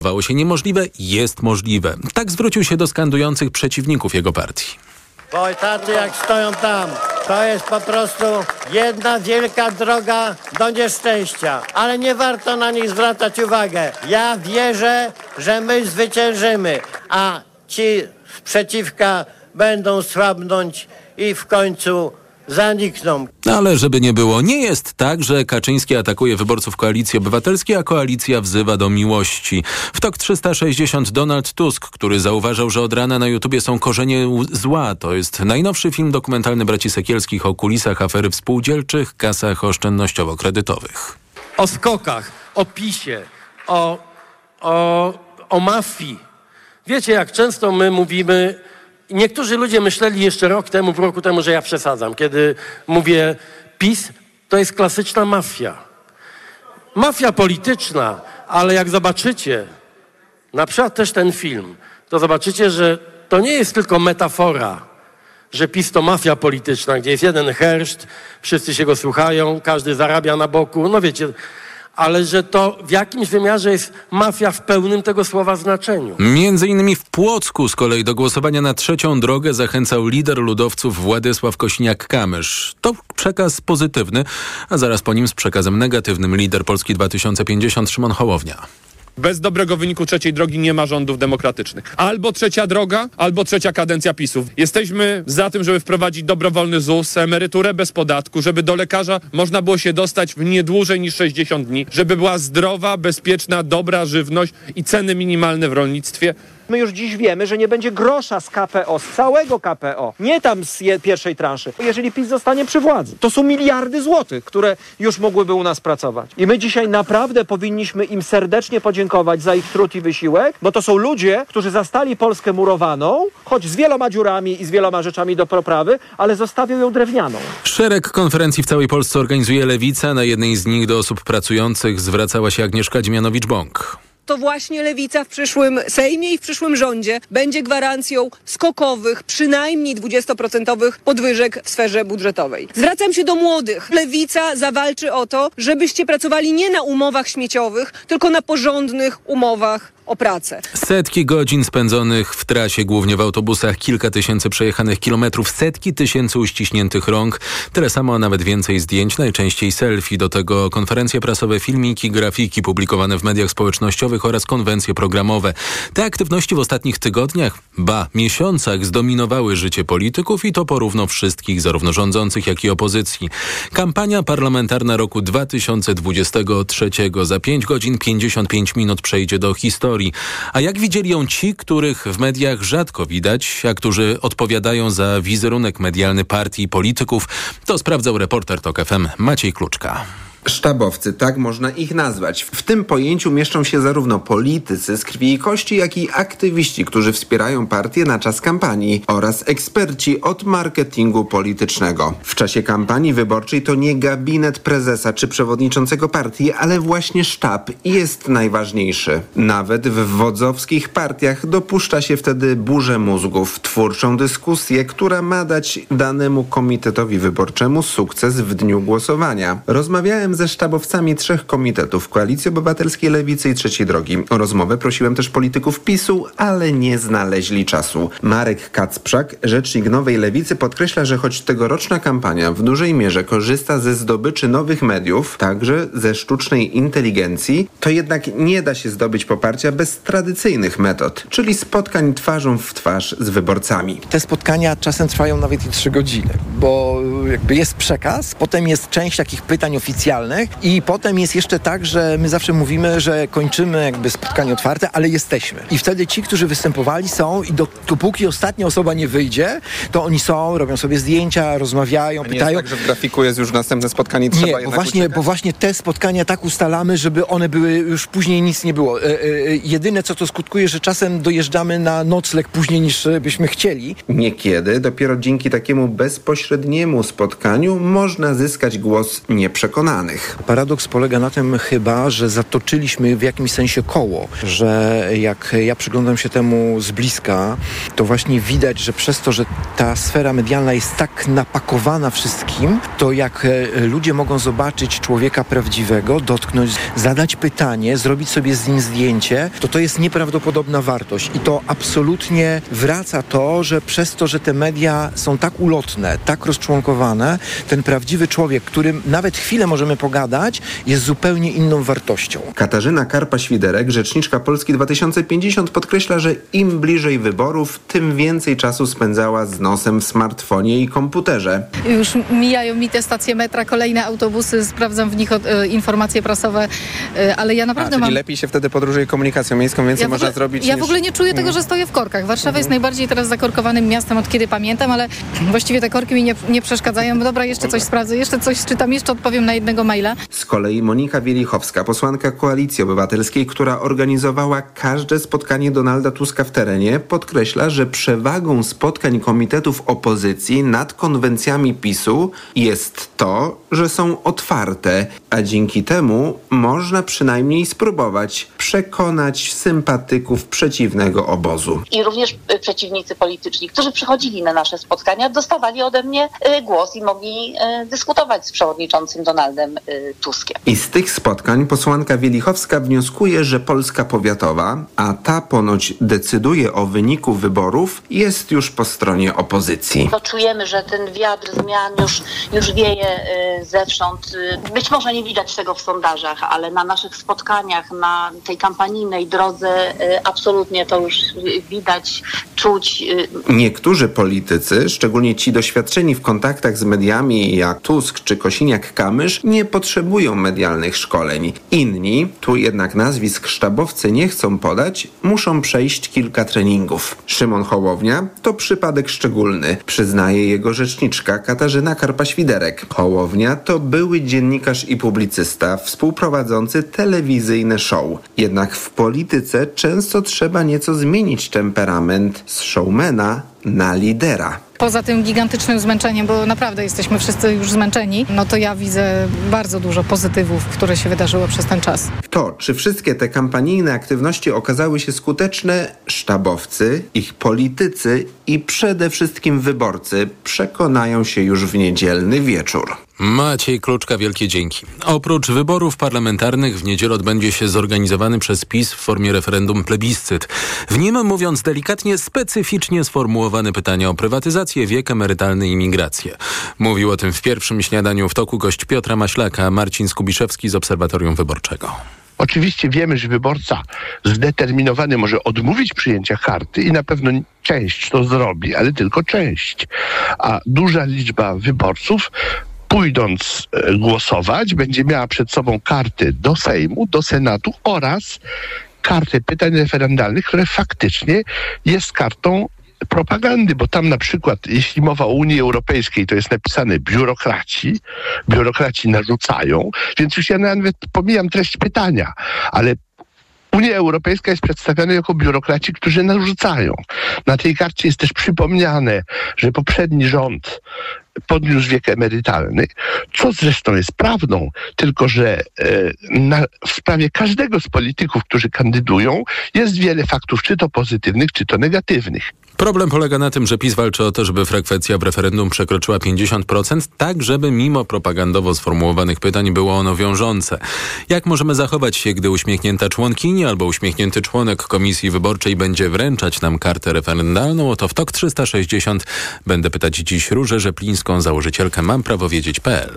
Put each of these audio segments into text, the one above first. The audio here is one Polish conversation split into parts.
Wydawało się niemożliwe, jest możliwe. Tak zwrócił się do skandujących przeciwników jego partii. Bo tacy jak stoją tam, to jest po prostu jedna wielka droga do nieszczęścia. Ale nie warto na nich zwracać uwagę. Ja wierzę, że my zwyciężymy, a ci sprzeciwka będą słabnąć i w końcu zanikną. Ale żeby nie było, nie jest tak, że Kaczyński atakuje wyborców Koalicji Obywatelskiej, a koalicja wzywa do miłości. W TOK 360 Donald Tusk, który zauważał, że od rana na YouTubie są korzenie zła. To jest najnowszy film dokumentalny braci Sekielskich o kulisach afery w spółdzielczych kasach oszczędnościowo-kredytowych. O skokach, o PiS-ie, o mafii. Wiecie, jak często my mówimy. Niektórzy ludzie myśleli jeszcze pół roku temu, że ja przesadzam, kiedy mówię PiS to jest klasyczna mafia. Mafia polityczna, ale jak zobaczycie na przykład też ten film, to zobaczycie, że to nie jest tylko metafora, że PiS to mafia polityczna, gdzie jest jeden herszt, wszyscy się go słuchają, każdy zarabia na boku, no wiecie, ale że to w jakimś wymiarze jest mafia w pełnym tego słowa znaczeniu. Między innymi w Płocku z kolei do głosowania na trzecią drogę zachęcał lider ludowców Władysław Kosiniak-Kamysz. To przekaz pozytywny, a zaraz po nim z przekazem negatywnym lider Polski 2050 Szymon Hołownia. Bez dobrego wyniku trzeciej drogi nie ma rządów demokratycznych. Albo trzecia droga, albo trzecia kadencja PiS-u. Jesteśmy za tym, żeby wprowadzić dobrowolny ZUS, emeryturę bez podatku, żeby do lekarza można było się dostać w nie dłużej niż 60 dni, żeby była zdrowa, bezpieczna, dobra żywność i ceny minimalne w rolnictwie. My już dziś wiemy, że nie będzie grosza z KPO, z całego KPO, nie tam z pierwszej transzy. Jeżeli PiS zostanie przy władzy, to są miliardy złotych, które już mogłyby u nas pracować. I my dzisiaj naprawdę powinniśmy im serdecznie podziękować za ich trud i wysiłek, bo to są ludzie, którzy zastali Polskę murowaną, choć z wieloma dziurami i z wieloma rzeczami do poprawy, ale zostawią ją drewnianą. Szereg konferencji w całej Polsce organizuje Lewica. Na jednej z nich do osób pracujących zwracała się Agnieszka Dziemianowicz-Bąk. To właśnie Lewica w przyszłym Sejmie i w przyszłym rządzie będzie gwarancją skokowych, przynajmniej 20% podwyżek w sferze budżetowej. Zwracam się do młodych. Lewica zawalczy o to, żebyście pracowali nie na umowach śmieciowych, tylko na porządnych umowach o pracę. Setki godzin spędzonych w trasie, głównie w autobusach, kilka tysięcy przejechanych kilometrów, setki tysięcy uściśniętych rąk, tyle samo, a nawet więcej zdjęć, najczęściej selfie. Do tego konferencje prasowe, filmiki, grafiki publikowane w mediach społecznościowych oraz konwencje programowe. Te aktywności w ostatnich tygodniach, miesiącach zdominowały życie polityków i to porówno wszystkich, zarówno rządzących, jak i opozycji. Kampania parlamentarna roku 2023 za 5 godzin 55 minut przejdzie do historii. A jak widzieli ją ci, których w mediach rzadko widać, a którzy odpowiadają za wizerunek medialny partii i polityków, to sprawdzał reporter TOK FM Maciej Kluczka. Sztabowcy, tak można ich nazwać. W tym pojęciu mieszczą się zarówno politycy z krwi i kości, jak i aktywiści, którzy wspierają partię na czas kampanii oraz eksperci od marketingu politycznego. W czasie kampanii wyborczej to nie gabinet prezesa czy przewodniczącego partii, ale właśnie sztab jest najważniejszy. Nawet w wodzowskich partiach dopuszcza się wtedy burzę mózgów, twórczą dyskusję, która ma dać danemu komitetowi wyborczemu sukces w dniu głosowania. Rozmawiałem ze sztabowcami 3 komitetów: Koalicji Obywatelskiej, Lewicy i Trzeciej Drogi. O rozmowę prosiłem też polityków PiS-u, ale nie znaleźli czasu. Marek Kacprzak, rzecznik Nowej Lewicy, podkreśla, że choć tegoroczna kampania w dużej mierze korzysta ze zdobyczy nowych mediów, także ze sztucznej inteligencji, to jednak nie da się zdobyć poparcia bez tradycyjnych metod, czyli spotkań twarzą w twarz z wyborcami. Te spotkania czasem trwają nawet i 3 godziny, bo jakby jest przekaz, potem jest część takich pytań oficjalnych i potem jest jeszcze tak, że my zawsze mówimy, że kończymy jakby spotkanie otwarte, ale jesteśmy. I wtedy ci, którzy występowali są i dopóki ostatnia osoba nie wyjdzie, to oni są, robią sobie zdjęcia, rozmawiają, pytają. Nie jest tak, że w grafiku jest już następne spotkanie, trzeba bo właśnie te spotkania tak ustalamy, żeby one były, już później nic nie było. Jedyne co to skutkuje, że czasem dojeżdżamy na nocleg później niż byśmy chcieli. Niekiedy dopiero dzięki takiemu bezpośredniemu spotkaniu można zyskać głos nieprzekonanych. medialnych. Paradoks polega na tym chyba, że zatoczyliśmy w jakimś sensie koło, że jak ja przyglądam się temu z bliska, to właśnie widać, że przez to, że ta sfera medialna jest tak napakowana wszystkim, to jak ludzie mogą zobaczyć człowieka prawdziwego, dotknąć, zadać pytanie, zrobić sobie z nim zdjęcie, to jest nieprawdopodobna wartość. I to absolutnie wraca to, że przez to, że te media są tak ulotne, tak rozczłonkowane, ten prawdziwy człowiek, którym nawet chwilę możemy pogadać, jest zupełnie inną wartością. Katarzyna Karpa-Świderek, rzeczniczka Polski 2050, podkreśla, że im bliżej wyborów, tym więcej czasu spędzała z nosem w smartfonie i komputerze. Już mijają mi te stacje metra, kolejne autobusy, sprawdzam w nich informacje prasowe, ale ja naprawdę czyli lepiej się wtedy podróżuje komunikacją miejską, więcej można zrobić Ja w ogóle nie czuję tego, że stoję w korkach. Warszawa jest najbardziej teraz zakorkowanym miastem, od kiedy pamiętam, ale właściwie te korki mi nie przeszkadzają. Dobra, jeszcze coś sprawdzę, jeszcze coś czytam, jeszcze odpowiem na jednego maila. Z kolei Monika Wielichowska, posłanka Koalicji Obywatelskiej, która organizowała każde spotkanie Donalda Tuska w terenie, podkreśla, że przewagą spotkań komitetów opozycji nad konwencjami PiS-u jest to, że są otwarte, a dzięki temu można przynajmniej spróbować przekonać sympatyków przeciwnego obozu. I również przeciwnicy polityczni, którzy przychodzili na nasze spotkania, dostawali ode mnie głos i mogli dyskutować z przewodniczącym Donaldem Tuskiem. I z tych spotkań posłanka Wielichowska wnioskuje, że Polska powiatowa, a ta ponoć decyduje o wyniku wyborów, jest już po stronie opozycji. To czujemy, że ten wiatr zmian już wieje zewsząd. Być może nie widać tego w sondażach, ale na naszych spotkaniach, na tej kampanijnej drodze absolutnie to już widać, czuć. Niektórzy politycy, szczególnie ci doświadczeni w kontaktach z mediami jak Tusk czy Kosiniak-Kamysz, nie potrzebują medialnych szkoleń. Inni, tu jednak nazwisk sztabowcy nie chcą podać, muszą przejść kilka treningów. Szymon Hołownia to przypadek szczególny, przyznaje jego rzeczniczka Katarzyna Karpa-Świderek. Hołownia to były dziennikarz i publicysta, współprowadzący telewizyjne show. Jednak w polityce często trzeba nieco zmienić temperament z showmana na lidera. Poza tym gigantycznym zmęczeniem, bo naprawdę jesteśmy wszyscy już zmęczeni, no to ja widzę bardzo dużo pozytywów, które się wydarzyło przez ten czas. To, czy wszystkie te kampanijne aktywności okazały się skuteczne, sztabowcy, ich politycy i przede wszystkim wyborcy przekonają się już w niedzielny wieczór. Maciej Kluczka, wielkie dzięki. Oprócz wyborów parlamentarnych w niedzielę odbędzie się zorganizowany przez PiS w formie referendum plebiscyt. W nim, mówiąc delikatnie, specyficznie sformułowane pytania o prywatyzację, wiek emerytalny i migrację. Mówił o tym w pierwszym śniadaniu w toku gość Piotra Maślaka, Marcin Skubiszewski z Obserwatorium Wyborczego. Oczywiście wiemy, że wyborca zdeterminowany może odmówić przyjęcia karty i na pewno część to zrobi, ale tylko część. A duża liczba wyborców, pójdąc głosować, będzie miała przed sobą karty do Sejmu, do Senatu oraz kartę pytań referendalnych, które faktycznie jest kartą propagandy, bo tam na przykład, jeśli mowa o Unii Europejskiej, to jest napisane biurokraci narzucają, więc już ja nawet pomijam treść pytania, ale Unia Europejska jest przedstawiana jako biurokraci, którzy narzucają. Na tej karcie jest też przypomniane, że poprzedni rząd podniósł wiek emerytalny, co zresztą jest prawdą, tylko że w sprawie każdego z polityków, którzy kandydują, jest wiele faktów, czy to pozytywnych, czy to negatywnych. Problem polega na tym, że PiS walczy o to, żeby frekwencja w referendum przekroczyła 50%, tak żeby mimo propagandowo sformułowanych pytań było ono wiążące. Jak możemy zachować się, gdy uśmiechnięta członkini albo uśmiechnięty członek komisji wyborczej będzie wręczać nam kartę referendalną? Oto w TOK 360 będę pytać dziś Różę Rzeplińską, założycielkę mamprawowiedzieć.pl.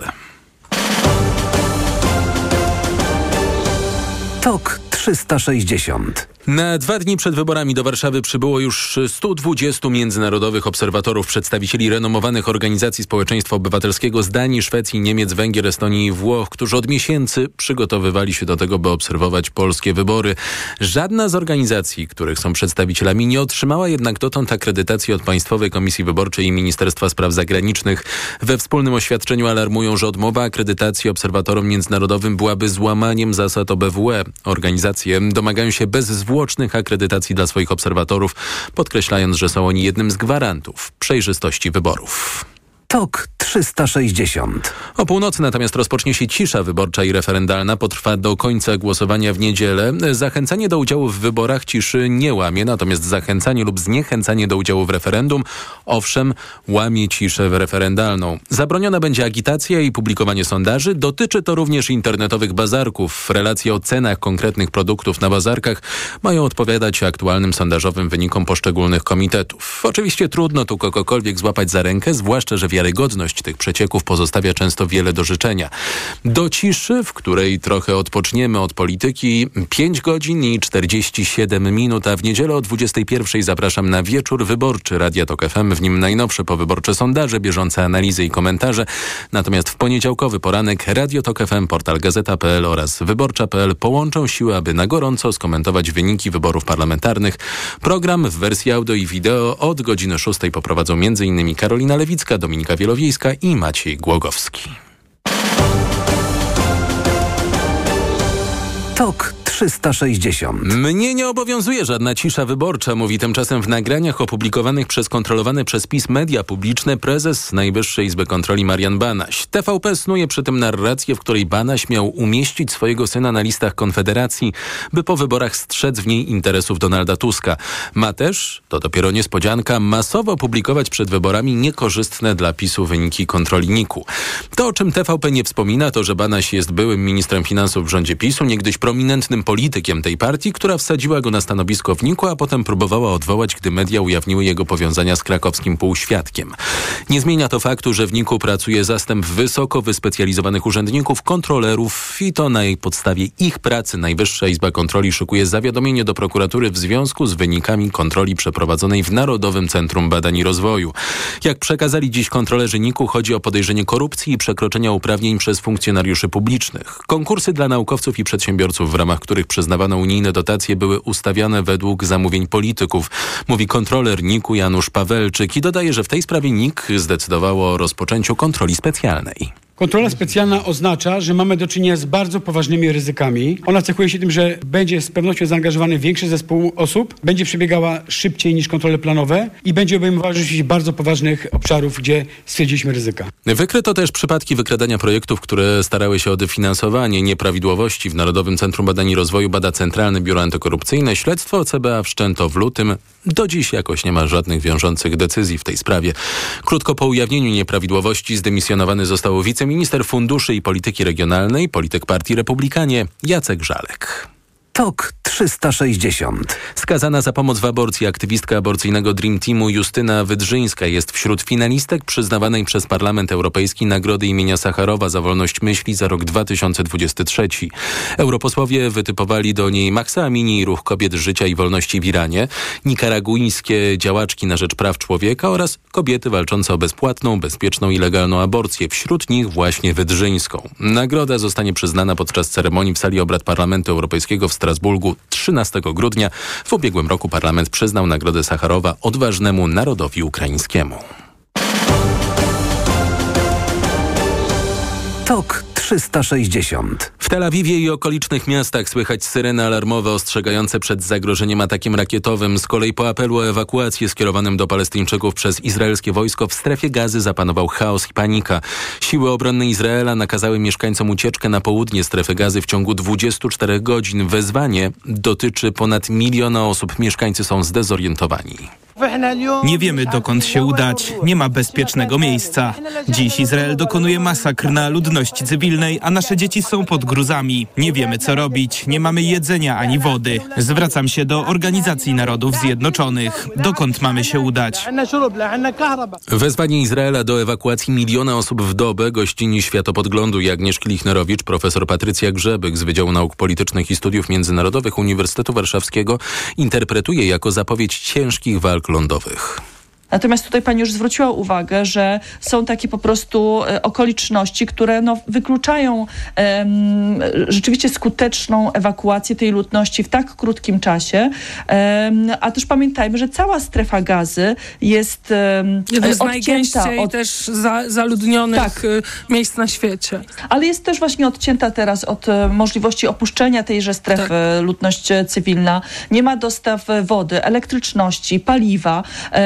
TOK 360. Na 2 dni przed wyborami do Warszawy przybyło już 120 międzynarodowych obserwatorów, przedstawicieli renomowanych organizacji społeczeństwa obywatelskiego z Danii, Szwecji, Niemiec, Węgier, Estonii i Włoch, którzy od miesięcy przygotowywali się do tego, by obserwować polskie wybory. Żadna z organizacji, których są przedstawicielami, nie otrzymała jednak dotąd akredytacji od Państwowej Komisji Wyborczej i Ministerstwa Spraw Zagranicznych. We wspólnym oświadczeniu alarmują, że odmowa akredytacji obserwatorom międzynarodowym byłaby złamaniem zasad OBWE. Organizacje domagają się bezzwłocznych akredytacji dla swoich obserwatorów, podkreślając, że są oni jednym z gwarantów przejrzystości wyborów. TOK 360. O północy natomiast rozpocznie się cisza wyborcza i referendalna. Potrwa do końca głosowania w niedzielę. Zachęcanie do udziału w wyborach ciszy nie łamie, natomiast zachęcanie lub zniechęcanie do udziału w referendum, owszem, łamie ciszę referendalną. Zabroniona będzie agitacja i publikowanie sondaży. Dotyczy to również internetowych bazarków. Relacje o cenach konkretnych produktów na bazarkach mają odpowiadać aktualnym sondażowym wynikom poszczególnych komitetów. Oczywiście trudno tu kogokolwiek złapać za rękę, zwłaszcza, że wiarygodność tych przecieków pozostawia często wiele do życzenia. Do ciszy, w której trochę odpoczniemy od polityki, 5 godzin i 47 minut, a w niedzielę o 21 zapraszam na wieczór wyborczy Radia TOK FM. W nim najnowsze powyborcze sondaże, bieżące analizy i komentarze. Natomiast w poniedziałkowy poranek Radio TOK FM, portal Gazeta.pl oraz Wyborcza.pl połączą siły, aby na gorąco skomentować wyniki wyborów parlamentarnych. Program w wersji audio i wideo od godziny 6 poprowadzą m.in. Karolina Lewicka, Dominika Wielowiejska i Maciej Głogowski. TOK 360. Mnie nie obowiązuje żadna cisza wyborcza, mówi tymczasem w nagraniach opublikowanych przez kontrolowane przez PiS media publiczne prezes Najwyższej Izby Kontroli Marian Banaś. TVP snuje przy tym narrację, w której Banaś miał umieścić swojego syna na listach Konfederacji, by po wyborach strzec w niej interesów Donalda Tuska. Ma też, to dopiero niespodzianka, masowo publikować przed wyborami niekorzystne dla PiS-u wyniki kontroli NIK-u. To, o czym TVP nie wspomina, to, że Banaś jest byłym ministrem finansów w rządzie PiS-u, niegdyś prominentnym politykiem tej partii, która wsadziła go na stanowisko w NIK-u, a potem próbowała odwołać, gdy media ujawniły jego powiązania z krakowskim półświadkiem. Nie zmienia to faktu, że w NIK-u pracuje zastęp wysoko wyspecjalizowanych urzędników, kontrolerów i to na jej podstawie ich pracy Najwyższa Izba Kontroli szykuje zawiadomienie do prokuratury w związku z wynikami kontroli przeprowadzonej w Narodowym Centrum Badań i Rozwoju. Jak przekazali dziś kontrolerzy NIK-u, chodzi o podejrzenie korupcji i przekroczenia uprawnień przez funkcjonariuszy publicznych. Konkursy dla naukowców i przedsiębiorców, w ramach których przyznawano unijne dotacje, były ustawiane według zamówień polityków, mówi kontroler NIK-u Janusz Pawelczyk i dodaje, że w tej sprawie NIK zdecydowało o rozpoczęciu kontroli specjalnej. Kontrola specjalna oznacza, że mamy do czynienia z bardzo poważnymi ryzykami. Ona cechuje się tym, że będzie z pewnością zaangażowany większy zespół osób, będzie przebiegała szybciej niż kontrole planowe i będzie obejmowała rzeczywiście bardzo poważnych obszarów, gdzie stwierdziliśmy ryzyka. Wykryto też przypadki wykradania projektów, które starały się o dofinansowanie. Nieprawidłowości w Narodowym Centrum Badań i Rozwoju bada Centralne Biuro Antykorupcyjne. Śledztwo CBA wszczęto w lutym. Do dziś jakoś nie ma żadnych wiążących decyzji w tej sprawie. Krótko po ujawnieniu nieprawidłowości zdymisjonowany został wiceminister funduszy i polityki regionalnej, polityk Partii Republikanie Jacek Żalek. TOK 360. Skazana za pomoc w aborcji aktywistka aborcyjnego Dream Teamu Justyna Wydrzyńska jest wśród finalistek przyznawanej przez Parlament Europejski Nagrody imienia Sacharowa za wolność myśli za rok 2023. Europosłowie wytypowali do niej Mahsa Amini i Ruch Kobiet Życia i Wolności w Iranie, nikaraguińskie działaczki na rzecz praw człowieka oraz kobiety walczące o bezpłatną, bezpieczną i legalną aborcję. Wśród nich właśnie Wydrzyńską. Nagroda zostanie przyznana podczas ceremonii w sali obrad Parlamentu Europejskiego w Strasburgu 13 grudnia. W ubiegłym roku parlament przyznał Nagrodę Sacharowa odważnemu narodowi ukraińskiemu. TOK 360. W Tel Awiwie i okolicznych miastach słychać syreny alarmowe ostrzegające przed zagrożeniem atakiem rakietowym. Z kolei po apelu o ewakuację skierowanym do Palestyńczyków przez izraelskie wojsko w strefie Gazy zapanował chaos i panika. Siły obronne Izraela nakazały mieszkańcom ucieczkę na południe strefy Gazy w ciągu 24 godzin. Wezwanie dotyczy ponad 1 miliona osób. Mieszkańcy są zdezorientowani. Nie wiemy, dokąd się udać. Nie ma bezpiecznego miejsca. Dziś Izrael dokonuje masakr na ludności cywilnej, a nasze dzieci są pod gruzami. Nie wiemy, co robić. Nie mamy jedzenia ani wody. Zwracam się do Organizacji Narodów Zjednoczonych. Dokąd mamy się udać? Wezwanie Izraela do ewakuacji 1 miliona osób w dobę gościni Światopodglądu i Agnieszki Lichnerowicz, profesor Patrycja Grzebyk z Wydziału Nauk Politycznych i Studiów Międzynarodowych Uniwersytetu Warszawskiego interpretuje jako zapowiedź ciężkich walk lądowych. Natomiast tutaj pani już zwróciła uwagę, że są takie po prostu okoliczności, które wykluczają rzeczywiście skuteczną ewakuację tej ludności w tak krótkim czasie. A też pamiętajmy, że cała strefa Gazy jest jednym z najgęściej też zaludnionych miejsc na świecie. Ale jest też właśnie odcięta teraz od możliwości opuszczenia tejże strefy ludność cywilna. Nie ma dostaw wody, elektryczności, paliwa i tak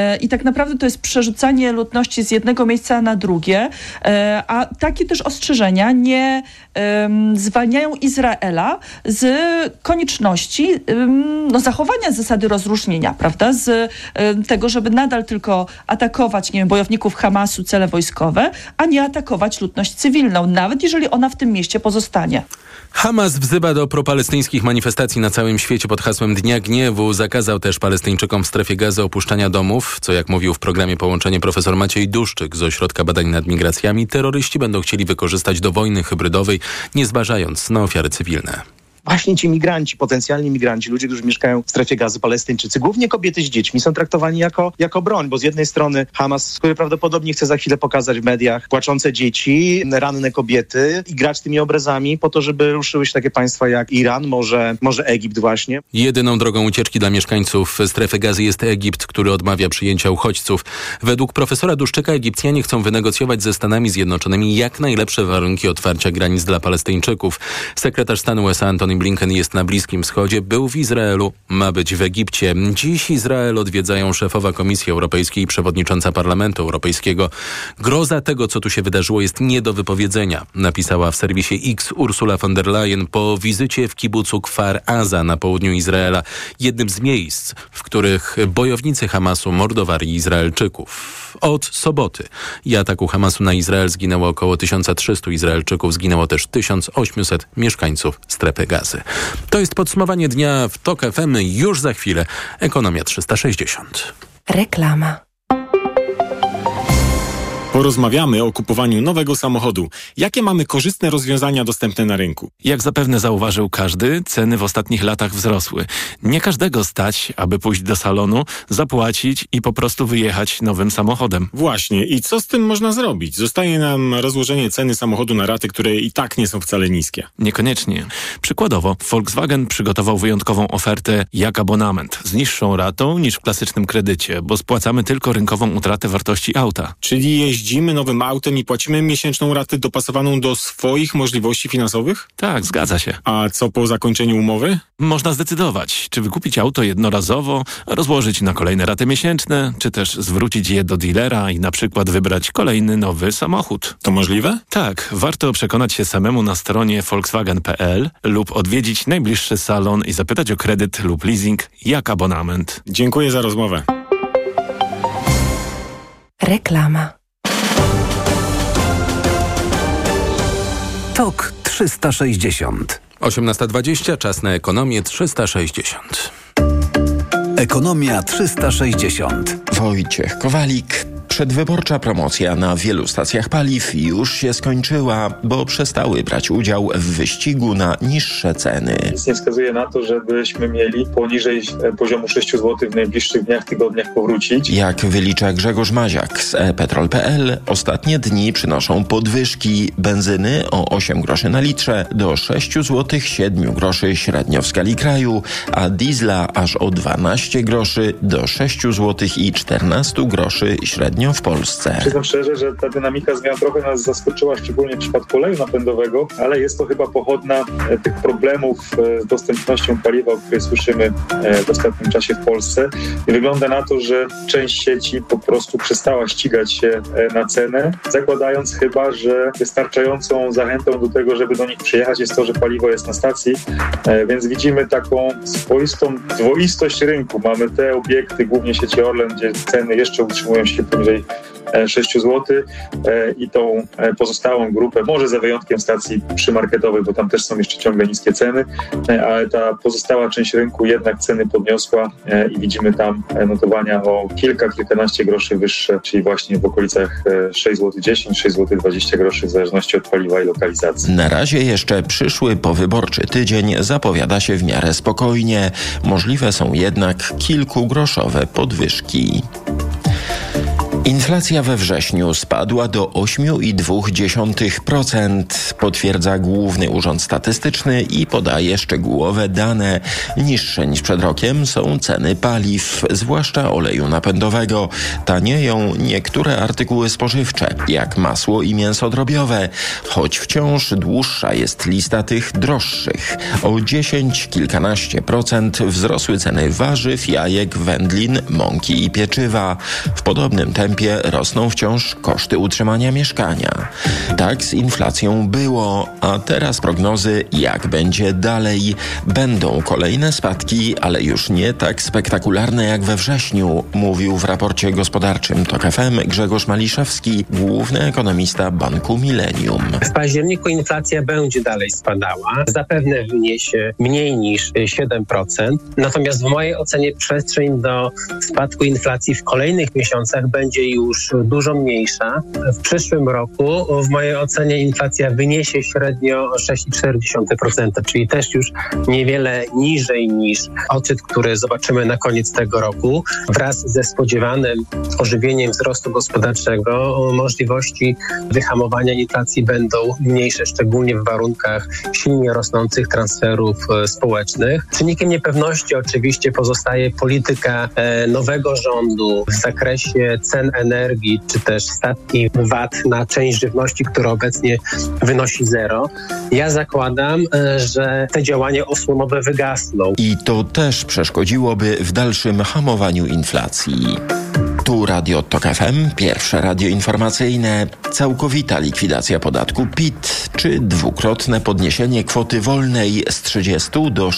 naprawdę to jest przerzucanie ludności z jednego miejsca na drugie, a takie też ostrzeżenia nie zwalniają Izraela z konieczności zachowania zasady rozróżnienia, prawda, z tego, żeby nadal tylko atakować, bojowników Hamasu, cele wojskowe, a nie atakować ludność cywilną, nawet jeżeli ona w tym mieście pozostanie. Hamas wzywa do propalestyńskich manifestacji na całym świecie pod hasłem Dnia Gniewu. Zakazał też Palestyńczykom w strefie Gazy opuszczania domów, co jak mówił w programie Połączenie profesor Maciej Duszczyk z Ośrodka Badań nad Migracjami, terroryści będą chcieli wykorzystać do wojny hybrydowej, nie zważając na ofiary cywilne. Właśnie ci migranci, potencjalni migranci, ludzie, którzy mieszkają w strefie Gazy, Palestyńczycy, głównie kobiety z dziećmi, są traktowani jako broń, bo z jednej strony Hamas, który prawdopodobnie chce za chwilę pokazać w mediach płaczące dzieci, ranne kobiety i grać tymi obrazami po to, żeby ruszyły się takie państwa jak Iran, może Egipt właśnie. Jedyną drogą ucieczki dla mieszkańców strefy Gazy jest Egipt, który odmawia przyjęcia uchodźców. Według profesora Duszczyka Egipcjanie chcą wynegocjować ze Stanami Zjednoczonymi jak najlepsze warunki otwarcia granic dla Palestyńczyków. Sekretarz stanu USA Antony Blinken jest na Bliskim Wschodzie, był w Izraelu, ma być w Egipcie. Dziś Izrael odwiedzają szefowa Komisji Europejskiej i przewodnicząca Parlamentu Europejskiego. Groza tego, co tu się wydarzyło, jest nie do wypowiedzenia, napisała w serwisie X Ursula von der Leyen po wizycie w kibucu Kfar Aza na południu Izraela, jednym z miejsc, w których bojownicy Hamasu mordowali Izraelczyków. Od soboty i ataku Hamasu na Izrael zginęło około 1300 Izraelczyków, zginęło też 1800 mieszkańców strefy Gazy. To jest podsumowanie dnia w TOK FM. Już za chwilę Ekonomia 360. Reklama. Porozmawiamy o kupowaniu nowego samochodu. Jakie mamy korzystne rozwiązania dostępne na rynku? Jak zapewne zauważył każdy, ceny w ostatnich latach wzrosły. Nie każdego stać, aby pójść do salonu, zapłacić i po prostu wyjechać nowym samochodem. Właśnie. I co z tym można zrobić? Zostaje nam rozłożenie ceny samochodu na raty, które i tak nie są wcale niskie. Niekoniecznie. Przykładowo, Volkswagen przygotował wyjątkową ofertę jak abonament z niższą ratą niż w klasycznym kredycie, bo spłacamy tylko rynkową utratę wartości auta. Czyli jeździmy nowym autem i płacimy miesięczną ratę dopasowaną do swoich możliwości finansowych? Tak, zgadza się. A co po zakończeniu umowy? Można zdecydować, czy wykupić auto jednorazowo, rozłożyć na kolejne raty miesięczne, czy też zwrócić je do dealera i na przykład wybrać kolejny nowy samochód. To możliwe? Tak, warto przekonać się samemu na stronie volkswagen.pl lub odwiedzić najbliższy salon i zapytać o kredyt lub leasing jak abonament. Dziękuję za rozmowę. Reklama. TOK 360. 18:20, czas na Ekonomię 360. Ekonomia 360. Wojciech Kowalik. Przedwyborcza promocja na wielu stacjach paliw już się skończyła, bo przestały brać udział w wyścigu na niższe ceny. Nic nie wskazuje na to, żebyśmy mieli poniżej poziomu 6 zł w najbliższych dniach, tygodniach powrócić. Jak wylicza Grzegorz Maziak z ePetrol.pl, ostatnie dni przynoszą podwyżki benzyny o 8 groszy na litrze do 6 zł 7 groszy średnio w skali kraju, a diesla aż o 12 groszy do 6 zł i 14 groszy średnio w Polsce. Przyznam szczerze, że ta dynamika zmian trochę nas zaskoczyła, szczególnie w przypadku oleju napędowego, ale jest to chyba pochodna tych problemów z dostępnością paliwa, o której słyszymy w ostatnim czasie w Polsce. I wygląda na to, że część sieci po prostu przestała ścigać się na cenę, zakładając chyba, że wystarczającą zachętą do tego, żeby do nich przyjechać, jest to, że paliwo jest na stacji, więc widzimy taką swoistą dwoistość rynku. Mamy te obiekty, głównie sieci Orlen, gdzie ceny jeszcze utrzymują się poniżej 6 zł i tą pozostałą grupę, może za wyjątkiem stacji przymarketowych, bo tam też są jeszcze ciągle niskie ceny, ale ta pozostała część rynku jednak ceny podniosła i widzimy tam notowania o kilkanaście groszy wyższe, czyli właśnie w okolicach 6 zł 10, 6 zł 20 groszy w zależności od paliwa i lokalizacji. Na razie jeszcze przyszły powyborczy tydzień zapowiada się w miarę spokojnie. Możliwe są jednak kilkugroszowe podwyżki. Inflacja we wrześniu spadła do 8,2%, potwierdza Główny Urząd Statystyczny i podaje szczegółowe dane. Niższe niż przed rokiem są ceny paliw, zwłaszcza oleju napędowego. Tanieją niektóre artykuły spożywcze, jak masło i mięso drobiowe, choć wciąż dłuższa jest lista tych droższych. O 10, kilkanaście procent wzrosły ceny warzyw, jajek, wędlin, mąki i pieczywa. W podobnym tempie rosną wciąż koszty utrzymania mieszkania. Tak z inflacją było, a teraz prognozy, jak będzie dalej. Będą kolejne spadki, ale już nie tak spektakularne jak we wrześniu, mówił w raporcie gospodarczym TOK FM Grzegorz Maliszewski, główny ekonomista Banku Millennium. W październiku inflacja będzie dalej spadała. Zapewne wyniesie mniej niż 7%. Natomiast w mojej ocenie przestrzeń do spadku inflacji w kolejnych miesiącach będzie już dużo mniejsza. W przyszłym roku w mojej ocenie inflacja wyniesie średnio 6,4%, czyli też już niewiele niżej niż odczyt, który zobaczymy na koniec tego roku. Wraz ze spodziewanym ożywieniem wzrostu gospodarczego możliwości wyhamowania inflacji będą mniejsze, szczególnie w warunkach silnie rosnących transferów społecznych. Czynnikiem niepewności oczywiście pozostaje polityka nowego rządu w zakresie cen energii, czy też stawki VAT na część żywności, która obecnie wynosi 0. Ja zakładam, że te działania osłonowe wygasną. I to też przeszkodziłoby w dalszym hamowaniu inflacji. Tu Radio TOK FM, pierwsze radio informacyjne. Całkowita likwidacja podatku PIT, czy dwukrotne podniesienie kwoty wolnej z 30 do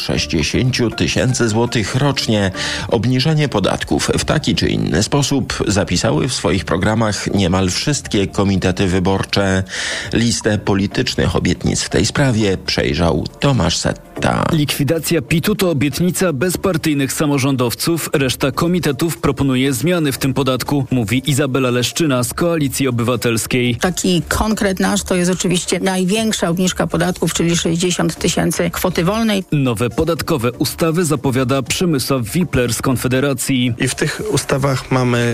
60 tysięcy złotych rocznie. Obniżenie podatków w taki czy inny sposób zapisały w swoich programach niemal wszystkie komitety wyborcze. Listę politycznych obietnic w tej sprawie przejrzał Tomasz Setta. Likwidacja PIT-u to obietnica bezpartyjnych samorządowców. Reszta komitetów proponuje zmiany w tym podatku, mówi Izabela Leszczyna z Koalicji Obywatelskiej. Taki konkret nasz to jest oczywiście największa obniżka podatków, czyli 60 tysięcy kwoty wolnej. Nowe podatkowe ustawy zapowiada Przemysław Wipler z Konfederacji. I w tych ustawach mamy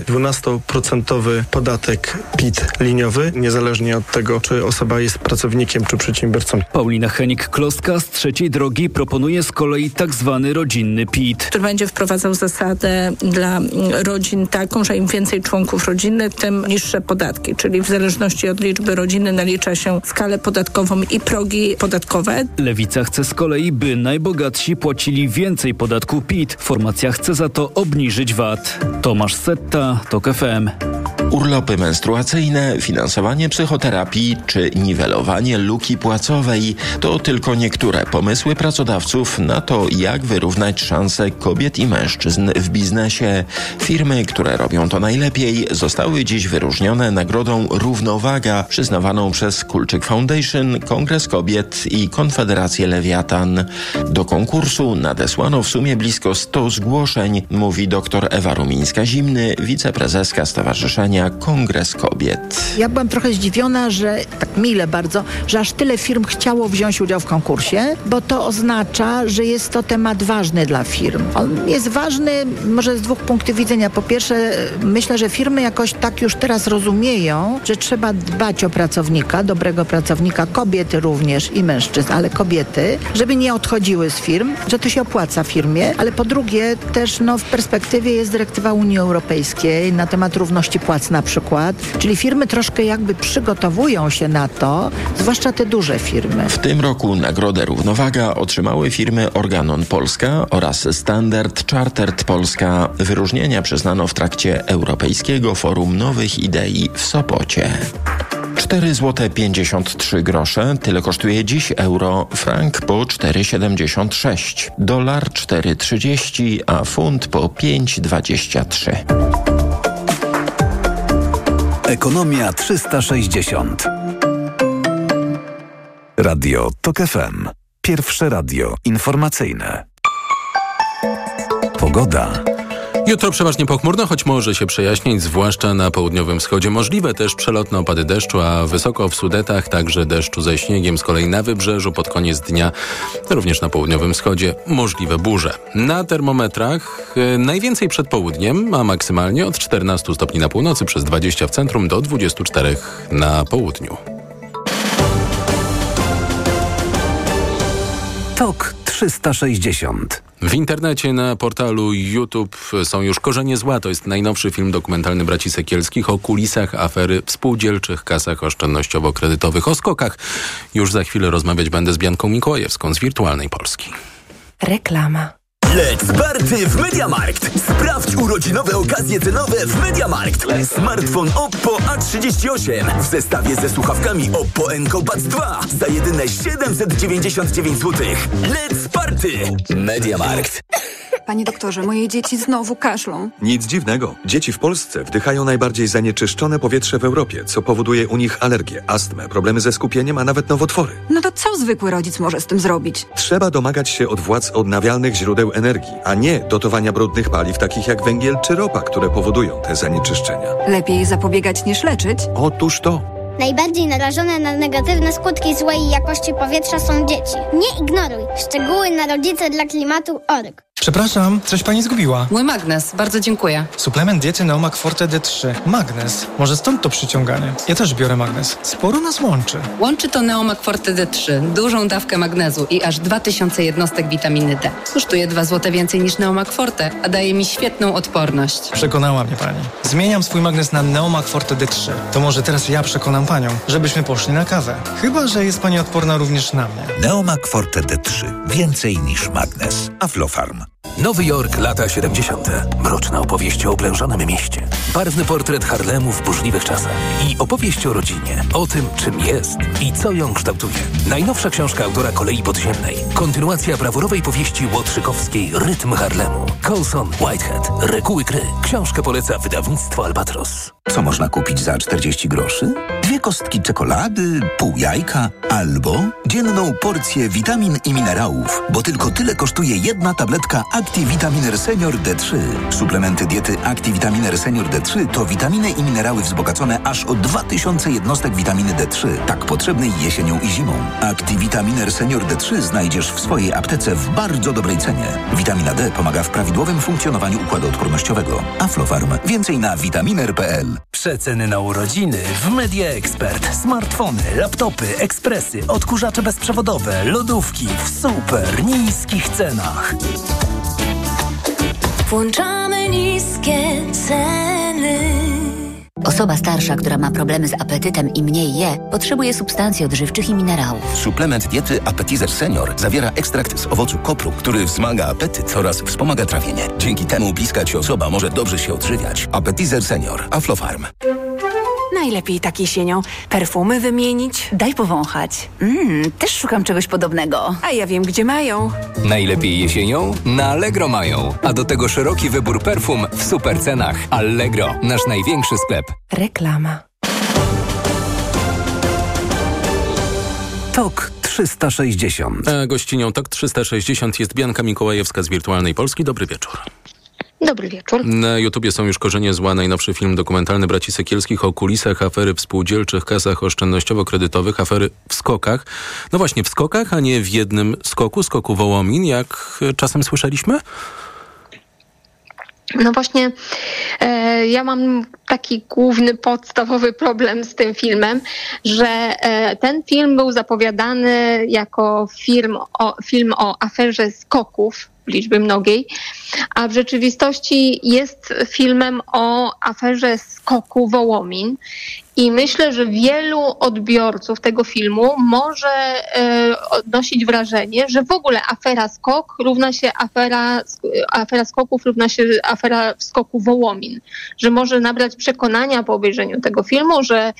12% podatek PIT liniowy, niezależnie od tego, czy osoba jest pracownikiem, czy przedsiębiorcą. Paulina Henik-Klostka z Trzeciej Drogi proponuje z kolei tak zwany rodzinny PIT. Który będzie wprowadzał zasadę dla rodzin taką, że im więcej członków rodziny, tym niższe podatki, czyli w zależności od liczby rodziny nalicza się skalę podatkową i progi podatkowe. Lewica chce z kolei, by najbogatsi płacili więcej podatku PIT. Formacja chce za to obniżyć VAT. Tomasz Setta, TOK FM. Urlopy menstruacyjne, finansowanie psychoterapii czy niwelowanie luki płacowej to tylko niektóre pomysły pracodawców na to, jak wyrównać szanse kobiet i mężczyzn w biznesie. Firmy, które robią to najlepiej, zostały dziś wyróżnione nagrodą Równowaga, przyznawaną przez Kulczyk Foundation, Kongres Kobiet i Konfederację Lewiatan. Do konkursu nadesłano w sumie blisko 100 zgłoszeń, mówi dr Ewa Rumińska-Zimny, wiceprezeska Stowarzyszenia Kongres Kobiet. Ja byłam trochę zdziwiona, że tak mile bardzo, że aż tyle firm chciało wziąć udział w konkursie, bo to oznacza, że jest to temat ważny dla firm. On jest ważny może z dwóch punktów widzenia. Po pierwsze, myślę, że firmy jakoś tak już teraz rozumieją, że trzeba dbać o pracownika, dobrego pracownika, kobiety również i mężczyzn, ale kobiety, żeby nie odchodziły z firm, że to się opłaca firmie, ale po drugie też w perspektywie jest dyrektywa Unii Europejskiej na temat równości płac na przykład, czyli firmy troszkę jakby przygotowują się na to, zwłaszcza te duże firmy. W tym roku nagrodę Równowaga otrzymały firmy Organon Polska oraz Standard Chartered Polska. Wyróżnienia przyznano w trakcie Europejskiego Forum Nowych Idei w Sopocie. 4,53 zł. Tyle kosztuje dziś euro. Frank po 4,76. Dolar 4,30, a funt po 5,23. Ekonomia 360. Radio TOK FM. Pierwsze radio informacyjne. Pogoda. Jutro przeważnie pochmurno, choć może się przejaśnić, zwłaszcza na południowym wschodzie. Możliwe też przelotne opady deszczu, a wysoko w Sudetach także deszczu ze śniegiem. Z kolei na wybrzeżu pod koniec dnia, również na południowym wschodzie, możliwe burze. Na termometrach najwięcej przed południem, a maksymalnie od 14 stopni na północy, przez 20 w centrum do 24 na południu. TOK 360. W internecie na portalu YouTube są już Korzenie zła. To jest najnowszy film dokumentalny braci Sekielskich o kulisach afery w spółdzielczych kasach oszczędnościowo-kredytowych. O skokach już za chwilę rozmawiać będę z Bianką Mikołajewską z Wirtualnej Polski. Reklama. Let's party w MediaMarkt! Sprawdź urodzinowe okazje cenowe w MediaMarkt. Smartfon Oppo A38 w zestawie ze słuchawkami Oppo Enco Buds 2 za jedyne 799 zł. Let's party! MediaMarkt. Panie doktorze, moje dzieci znowu kaszlą. Nic dziwnego. Dzieci w Polsce wdychają najbardziej zanieczyszczone powietrze w Europie, co powoduje u nich alergię, astmę, problemy ze skupieniem, a nawet nowotwory. No to co zwykły rodzic może z tym zrobić? Trzeba domagać się od władz odnawialnych źródeł energii, a nie dotowania brudnych paliw takich jak węgiel czy ropa, które powodują te zanieczyszczenia. Lepiej zapobiegać niż leczyć? Otóż to. Najbardziej narażone na negatywne skutki złej jakości powietrza są dzieci. Nie ignoruj. Szczegóły na rodzicedlaklimatu.org. Przepraszam, coś pani zgubiła. Mój magnes, bardzo dziękuję. Suplement diety Neomak Forte D3. Magnes. Może stąd to przyciąganie. Ja też biorę magnes. Sporo nas łączy. Łączy to Neomak Forte D3. Dużą dawkę magnezu i aż 2000 jednostek witaminy D. Kosztuje 2 zł więcej niż Neomak Forte, a daje mi świetną odporność. Przekonała mnie pani. Zmieniam swój magnes na Neomak Forte D3. To może teraz ja przekonam panią, żebyśmy poszli na kawę. Chyba że jest pani odporna również na mnie. Neomak Forte D3. Więcej niż magnes. Aflofarm. Nowy Jork, lata 70. Mroczna opowieść o oblężonym mieście. Barwny portret Harlemu w burzliwych czasach. I opowieść o rodzinie. O tym, czym jest i co ją kształtuje. Najnowsza książka autora Kolei Podziemnej. Kontynuacja brawurowej powieści łotrzykowskiej Rytm Harlemu. Coulson, Whitehead, Reguły gry. Książkę poleca wydawnictwo Albatros. Co można kupić za 40 groszy? 2 kostki czekolady, pół jajka albo dzienną porcję witamin i minerałów, bo tylko tyle kosztuje jedna tabletka ActiVitaminer Senior D3. Suplementy diety ActiVitaminer Senior D3 to witaminy i minerały wzbogacone aż o 2000 jednostek witaminy D3, tak potrzebnej jesienią i zimą. ActiVitaminer Senior D3 znajdziesz w swojej aptece w bardzo dobrej cenie. Witamina D pomaga w prawidłowym funkcjonowaniu układu odpornościowego. Aflofarm. Więcej na vitaminer.pl. Przeceny na urodziny w Media Expert. Smartfony, laptopy, ekspresy, odkurzacze bezprzewodowe, lodówki w super niskich cenach. Włączamy niskie ceny. Osoba starsza, która ma problemy z apetytem i mniej je, potrzebuje substancji odżywczych i minerałów. Suplement diety Appetizer Senior zawiera ekstrakt z owocu kopru, który wzmaga apetyt oraz wspomaga trawienie. Dzięki temu bliska ci osoba może dobrze się odżywiać. Appetizer Senior. Aflofarm. Najlepiej tak jesienią. Perfumy wymienić. Daj powąchać. Też szukam czegoś podobnego. A ja wiem, gdzie mają. Najlepiej jesienią? Na Allegro mają. A do tego szeroki wybór perfum w super cenach. Allegro, nasz największy sklep. Reklama. TOK 360. A gościnią TOK 360 jest Bianka Mikołajewska z Wirtualnej Polski. Dobry wieczór. Dobry wieczór. Na YouTubie są już Korzenie zła, najnowszy film dokumentalny braci Sekielskich o kulisach afery w spółdzielczych kasach oszczędnościowo-kredytowych, afery w skokach. No właśnie, w skokach, a nie w jednym skoku Wołomin, jak czasem słyszeliśmy? No właśnie, ja mam taki główny, podstawowy problem z tym filmem, że ten film był zapowiadany jako film o aferze skoków liczby mnogiej, a w rzeczywistości jest filmem o aferze skoku Wołomin. I myślę, że wielu odbiorców tego filmu może odnosić wrażenie, że w ogóle afera skok równa się afera skoków równa się afera w skoku Wołomin. Że może nabrać przekonania po obejrzeniu tego filmu, że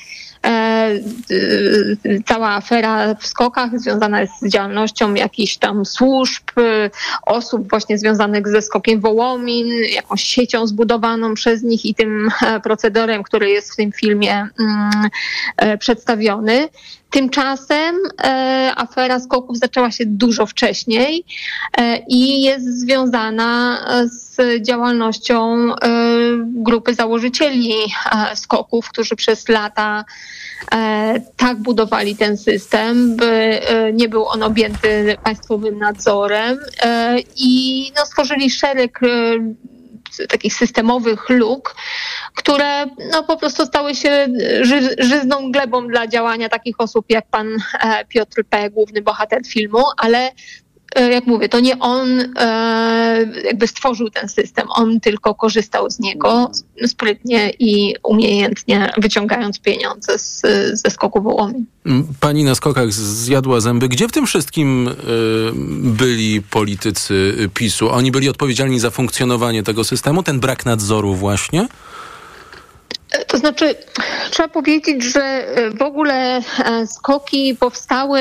cała afera w skokach związana jest z działalnością jakichś tam służb, osób właśnie związanych ze skokiem Wołomin, jakąś siecią zbudowaną przez nich i tym procederem, który jest w tym filmie przedstawiony. Tymczasem afera SKOK-ów zaczęła się dużo wcześniej i jest związana z działalnością grupy założycieli SKOK-ów, którzy przez lata tak budowali ten system, by nie był on objęty państwowym nadzorem i stworzyli szereg takich systemowych luk, które po prostu stały się żyzną glebą dla działania takich osób jak pan Piotr P., główny bohater filmu, ale jak mówię, to nie on jakby stworzył ten system, on tylko korzystał z niego sprytnie i umiejętnie, wyciągając pieniądze ze SKOK-u Wołomin. Pani na SKOK-ach zjadła zęby. Gdzie w tym wszystkim byli politycy PiS-u? Oni byli odpowiedzialni za funkcjonowanie tego systemu, ten brak nadzoru właśnie? To znaczy, trzeba powiedzieć, że w ogóle SKOK-i powstały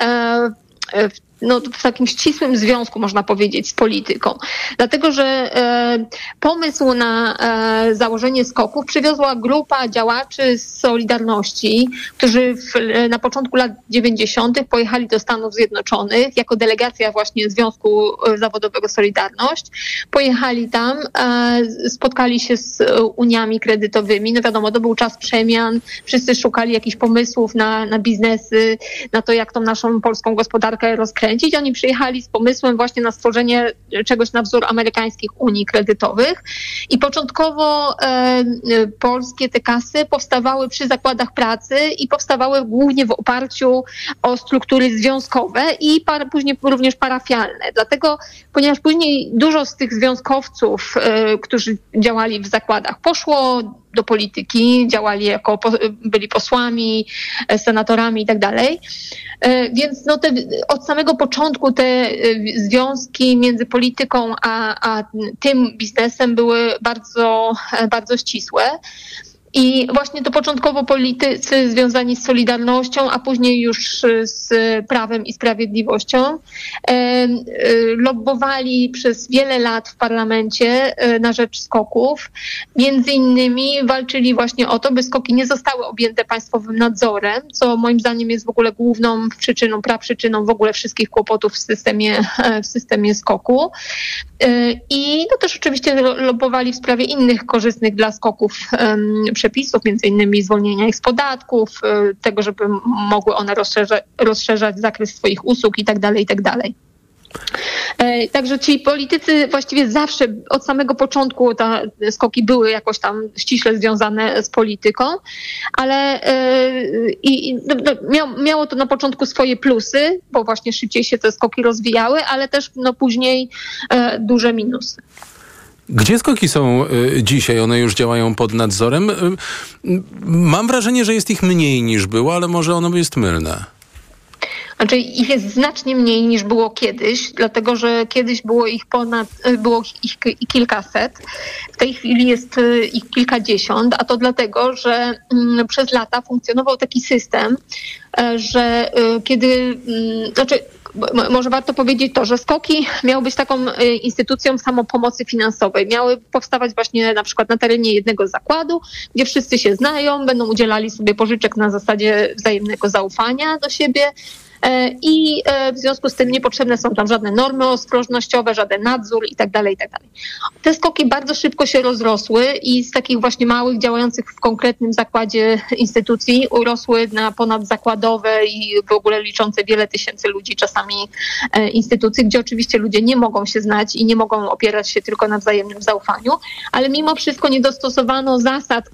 w takim ścisłym związku, można powiedzieć, z polityką. Dlatego, że pomysł na założenie SKOK-ów przywiozła grupa działaczy z Solidarności, którzy na początku lat 90. pojechali do Stanów Zjednoczonych jako delegacja właśnie Związku Zawodowego Solidarność. Pojechali tam, spotkali się z uniami kredytowymi. No wiadomo, to był czas przemian. Wszyscy szukali jakichś pomysłów na biznesy, na to, jak tą naszą polską gospodarkę rozkręcić. Oni przyjechali z pomysłem właśnie na stworzenie czegoś na wzór amerykańskich unii kredytowych i początkowo polskie te kasy powstawały przy zakładach pracy i powstawały głównie w oparciu o struktury związkowe i później również parafialne. Dlatego, ponieważ później dużo z tych związkowców, którzy działali w zakładach, poszło do polityki, działali byli posłami, senatorami i tak dalej. Więc od samego początku te związki między polityką a tym biznesem były bardzo, bardzo ścisłe. I właśnie to początkowo politycy związani z Solidarnością, a później już z Prawem i Sprawiedliwością lobbowali przez wiele lat w parlamencie na rzecz SKOK-ów. Między innymi walczyli właśnie o to, by SKOK-i nie zostały objęte państwowym nadzorem, co moim zdaniem jest w ogóle główną przyczyną, praprzyczyną w ogóle wszystkich kłopotów w systemie SKOK-u. I też oczywiście lobbowali w sprawie innych korzystnych dla SKOK-ów przepisów, między innymi zwolnienia ich z podatków, tego, żeby mogły one rozszerzać zakres swoich usług i tak dalej, i tak dalej. Także ci politycy właściwie zawsze od samego początku te SKOK-i były jakoś tam ściśle związane z polityką, ale miało to na początku swoje plusy, bo właśnie szybciej się te SKOK-i rozwijały, ale też później duże minusy. Gdzie SKOK-i są dzisiaj? One już działają pod nadzorem. Mam wrażenie, że jest ich mniej niż było, ale może ono jest mylne. Znaczy ich jest znacznie mniej niż było kiedyś, dlatego że kiedyś było ich kilkaset. W tej chwili jest ich kilkadziesiąt, a to dlatego, że przez lata funkcjonował taki system, że może warto powiedzieć to, że SKOK-i miały być taką instytucją samopomocy finansowej. Miały powstawać właśnie na przykład na terenie jednego zakładu, gdzie wszyscy się znają, będą udzielali sobie pożyczek na zasadzie wzajemnego zaufania do siebie. I w związku z tym niepotrzebne są tam żadne normy ostrożnościowe, żaden nadzór i tak dalej, i tak dalej. Te SKOK-i bardzo szybko się rozrosły i z takich właśnie małych, działających w konkretnym zakładzie instytucji urosły na ponadzakładowe i w ogóle liczące wiele tysięcy ludzi, czasami instytucje, gdzie oczywiście ludzie nie mogą się znać i nie mogą opierać się tylko na wzajemnym zaufaniu, ale mimo wszystko nie dostosowano zasad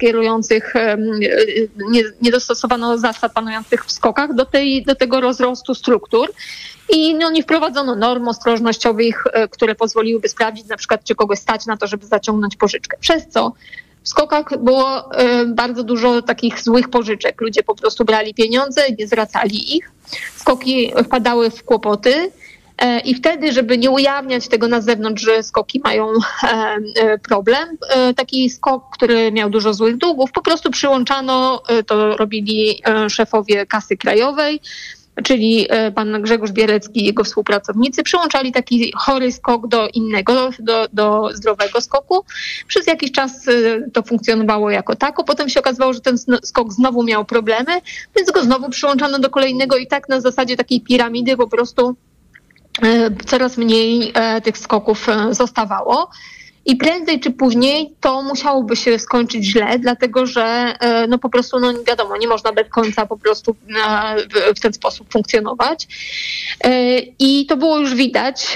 panujących w SKOK-ach do tego rozrostu struktur i nie wprowadzono norm ostrożnościowych, które pozwoliłyby sprawdzić na przykład, czy kogoś stać na to, żeby zaciągnąć pożyczkę. Przez co w SKOK-ach było bardzo dużo takich złych pożyczek. Ludzie po prostu brali pieniądze i nie zwracali ich. SKOK-i wpadały w kłopoty. I wtedy, żeby nie ujawniać tego na zewnątrz, że SKOK-i mają problem, taki SKOK, który miał dużo złych długów, po prostu przyłączano, to robili szefowie Kasy Krajowej, czyli pan Grzegorz Bierecki i jego współpracownicy, przyłączali taki chory skok do innego, do zdrowego skoku. Przez jakiś czas to funkcjonowało jako tako. Potem się okazało, że ten skok znowu miał problemy, więc go znowu przyłączano do kolejnego i tak na zasadzie takiej piramidy po prostu coraz mniej tych skoków zostawało. I prędzej czy później to musiałoby się skończyć źle, dlatego że no po prostu, no wiadomo, nie można bez końca po prostu w ten sposób funkcjonować. I to było już widać.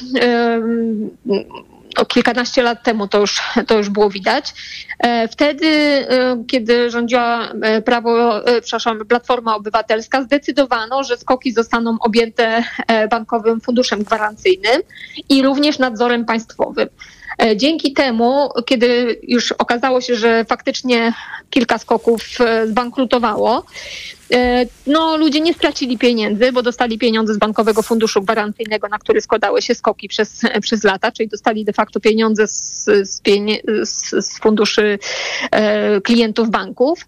Kilkanaście lat temu to już było widać. Wtedy, kiedy rządziła Platforma Obywatelska, zdecydowano, że skoki zostaną objęte Bankowym Funduszem Gwarancyjnym i również nadzorem państwowym. Dzięki temu, kiedy już okazało się, że faktycznie kilka skoków zbankrutowało, no ludzie nie stracili pieniędzy, bo dostali pieniądze z Bankowego Funduszu Gwarancyjnego, na który składały się skoki przez lata, czyli dostali de facto pieniądze z funduszy klientów banków.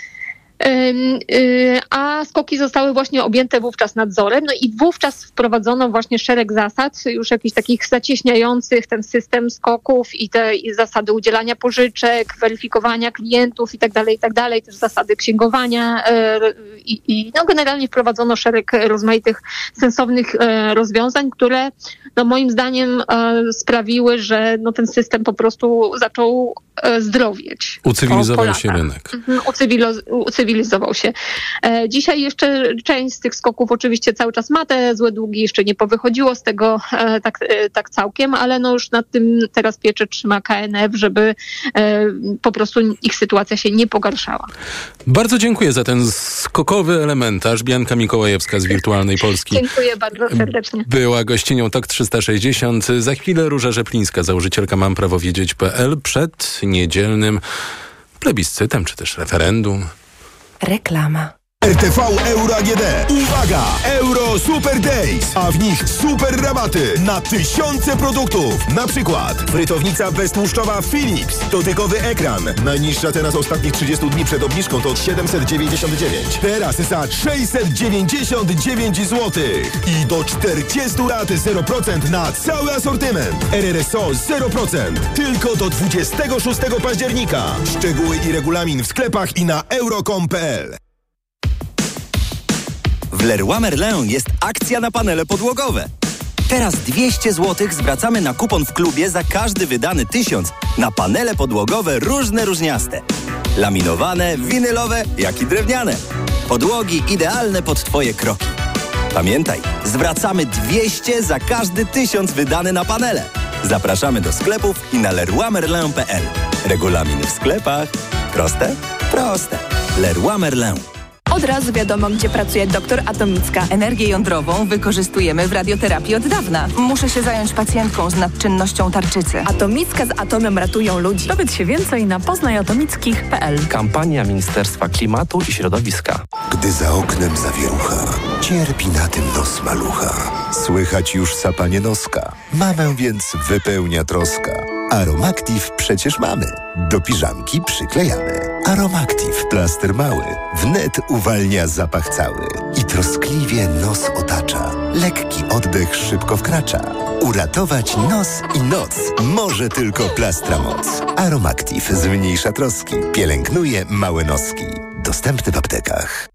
A skoki zostały właśnie objęte wówczas nadzorem, no i wówczas wprowadzono właśnie szereg zasad, już jakichś takich zacieśniających ten system skoków i te zasady udzielania pożyczek, weryfikowania klientów i tak dalej, też zasady księgowania i no generalnie wprowadzono szereg rozmaitych sensownych rozwiązań, które no moim zdaniem sprawiły, że no ten system po prostu zaczął zdrowieć. Ucywilizował się rynek. Ucywilizował się. Dzisiaj jeszcze część z tych skoków oczywiście cały czas ma te złe długi, jeszcze nie powychodziło z tego tak całkiem, ale no już nad tym teraz pieczę trzyma KNF, żeby po prostu ich sytuacja się nie pogarszała. Bardzo dziękuję za ten skokowy elementarz. Bianka Mikołajewska z Wirtualnej Polski. Dziękuję bardzo serdecznie. Była gościnią TOK 360. Za chwilę Róża Rzeplińska, założycielka mamprawowiedzieć.pl przed niedzielnym plebiscytem, czy też referendum. Reklama. RTV Euro AGD. Uwaga! Euro Super Days, a w nich super rabaty na tysiące produktów. Na przykład frytownica beztłuszczowa Philips, dotykowy ekran. Najniższa cena z ostatnich 30 dni przed obniżką to 799. Teraz za 699 zł. I do 40 lat 0% na cały asortyment. RRSO 0%. Tylko do 26 października. Szczegóły i regulamin w sklepach i na euro.com.pl. W Leroy Merlin jest akcja na panele podłogowe. Teraz 200 zł zwracamy na kupon w klubie za każdy wydany 1000 na panele podłogowe różne różniaste. Laminowane, winylowe, jak i drewniane. Podłogi idealne pod Twoje kroki. Pamiętaj, zwracamy 200 za każdy 1000 wydany na panele. Zapraszamy do sklepów i na leroymerlin.pl. Regulamin w sklepach. Proste? Proste. Leroy Merlin. Od razu wiadomo, gdzie pracuje doktor Atomicka. Energię jądrową wykorzystujemy w radioterapii od dawna. Muszę się zająć pacjentką z nadczynnością tarczycy. Atomicka z atomem ratują ludzi. Dowiedz się więcej na poznajatomickich.pl. Kampania Ministerstwa Klimatu i Środowiska. Gdy za oknem zawierucha, cierpi na tym nos malucha. Słychać już sapanie noska. Mamę więc wypełnia troska. Aromactive przecież mamy. Do piżamki przyklejamy. Aromactive, plaster mały, wnet uwalnia zapach cały i troskliwie nos otacza. Lekki oddech szybko wkracza. Uratować nos i noc może tylko plastra moc. Aromactive zmniejsza troski, pielęgnuje małe noski. Dostępny w aptekach.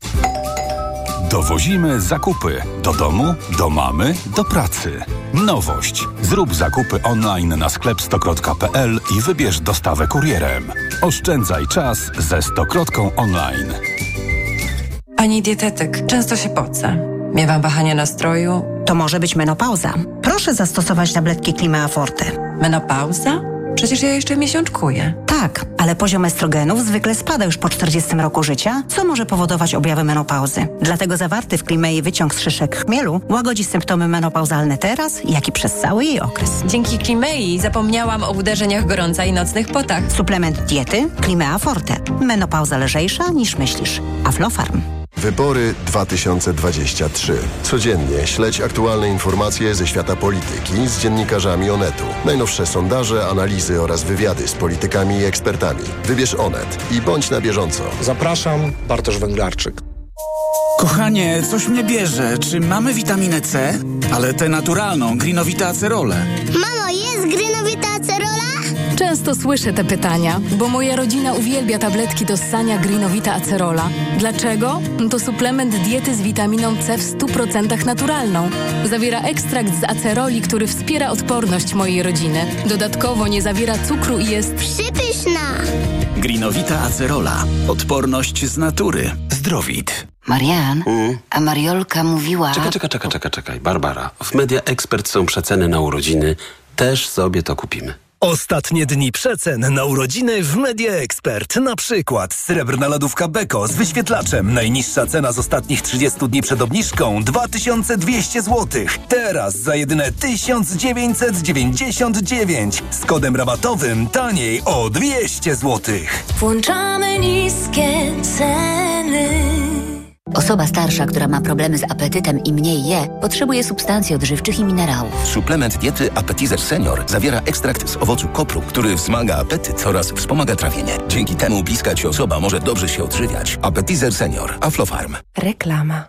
Dowozimy zakupy do domu, do mamy, do pracy. Nowość. Zrób zakupy online na sklep stokrot.pl i wybierz dostawę kurierem. Oszczędzaj czas ze Stokrotką online. Pani dietetyk, często się pocę. Miewam wahania nastroju. To może być menopauza. Proszę zastosować tabletki Climea Forte. Menopauza? Przecież ja jeszcze miesiączkuję. Tak, ale poziom estrogenów zwykle spada już po 40 roku życia, co może powodować objawy menopauzy. Dlatego zawarty w Climei wyciąg z szyszek chmielu łagodzi symptomy menopauzalne teraz, jak i przez cały jej okres. Dzięki Climei zapomniałam o uderzeniach gorąca i nocnych potach. Suplement diety Climea Forte. Menopauza lżejsza niż myślisz. Aflofarm. Wybory 2023. Codziennie śledź aktualne informacje ze świata polityki z dziennikarzami Onetu. Najnowsze sondaże, analizy oraz wywiady z politykami i ekspertami. Wybierz Onet i bądź na bieżąco. Zapraszam, Bartosz Węglarczyk. Kochanie, coś mnie bierze. Czy mamy witaminę C? Ale tę naturalną, Greenovita Acerolę. Mamo, jest Greenovita Acerola? Często słyszę te pytania, bo moja rodzina uwielbia tabletki do ssania Greenovita Acerola. Dlaczego? To suplement diety z witaminą C w 100% naturalną. Zawiera ekstrakt z aceroli, który wspiera odporność mojej rodziny. Dodatkowo nie zawiera cukru i jest przypyszna. Greenovita Acerola. Odporność z natury. Zdrowit. Marian, a Mariolka mówiła... Czekaj. Barbara, w Media Expert są przeceny na urodziny. Też sobie to kupimy. Ostatnie dni przecen na urodziny w Media Expert. Na przykład srebrna lodówka Beko z wyświetlaczem. Najniższa cena z ostatnich 30 dni przed obniżką 2200 zł. Teraz za jedyne 1999. Z kodem rabatowym taniej o 200 zł. Włączamy niskie ceny. Osoba starsza, która ma problemy z apetytem i mniej je, potrzebuje substancji odżywczych i minerałów. Suplement diety Appetizer Senior zawiera ekstrakt z owocu kopru, który wzmaga apetyt oraz wspomaga trawienie. Dzięki temu bliska Ci osoba może dobrze się odżywiać. Appetizer Senior. Aflofarm. Reklama.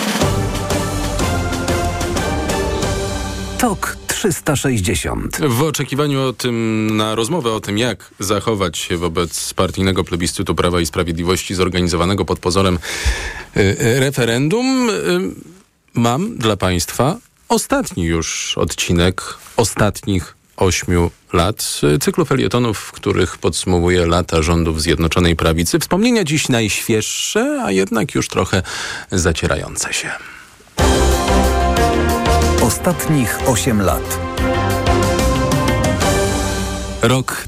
TOK 360. W oczekiwaniu na rozmowę o tym, jak zachować się wobec partyjnego plebiscytu Prawa i Sprawiedliwości zorganizowanego pod pozorem referendum, mam dla Państwa ostatni już odcinek ostatnich 8 lat cyklu felietonów, w których podsumowuję lata rządów Zjednoczonej Prawicy. Wspomnienia dziś najświeższe, a jednak już trochę zacierające się. Ostatnich 8 lat. Rok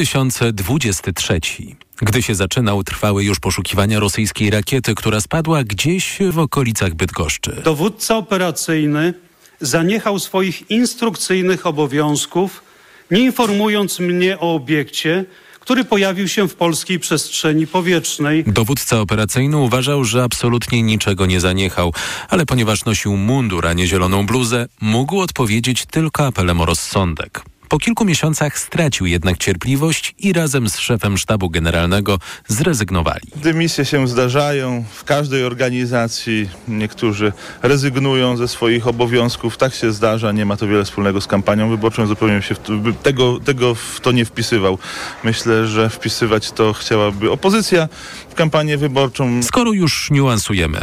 2023. Gdy się zaczynał, trwały już poszukiwania rosyjskiej rakiety, która spadła gdzieś w okolicach Bydgoszczy. Dowódca operacyjny zaniechał swoich instrukcyjnych obowiązków, nie informując mnie o obiekcie, który pojawił się w polskiej przestrzeni powietrznej. Dowódca operacyjny uważał, że absolutnie niczego nie zaniechał, ale ponieważ nosił mundur, a nie zieloną bluzę, mógł odpowiedzieć tylko apelem o rozsądek. Po kilku miesiącach stracił jednak cierpliwość i razem z szefem sztabu generalnego zrezygnowali. Dymisje się zdarzają w każdej organizacji. Niektórzy rezygnują ze swoich obowiązków. Tak się zdarza. Nie ma to wiele wspólnego z kampanią wyborczą. Zupełnie się tego w to nie wpisywał. Myślę, że wpisywać to chciałaby opozycja w kampanię wyborczą. Skoro już niuansujemy,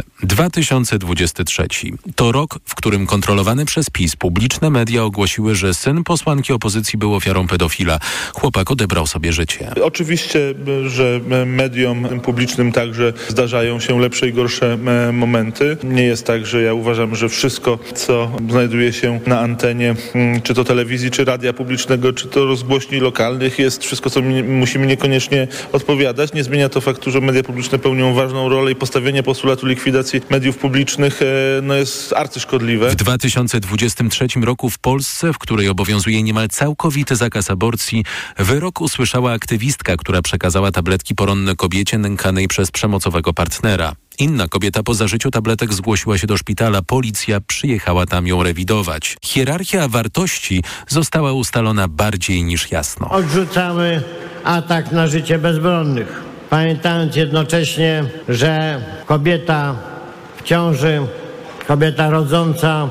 2023 to rok, w którym kontrolowane przez PiS publiczne media ogłosiły, że syn posłanki opozycji był ofiarą pedofila. Chłopak odebrał sobie życie. Oczywiście, że mediom publicznym także zdarzają się lepsze i gorsze momenty. Nie jest tak, że ja uważam, że wszystko, co znajduje się na antenie, czy to telewizji, czy radia publicznego, czy to rozgłośni lokalnych, jest wszystko, co musimy niekoniecznie odpowiadać. Nie zmienia to faktu, że media publiczne pełnią ważną rolę i postawienie postulatu likwidacji mediów publicznych jest arcyszkodliwe. W 2023 roku w Polsce, w której obowiązuje niemal całkowity zakaz aborcji, wyrok usłyszała aktywistka, która przekazała tabletki poronne kobiecie nękanej przez przemocowego partnera. Inna kobieta po zażyciu tabletek zgłosiła się do szpitala. Policja przyjechała tam ją rewidować. Hierarchia wartości została ustalona bardziej niż jasno. Odrzucamy atak na życie bezbronnych, pamiętając jednocześnie, że kobieta w ciąży, kobieta rodząca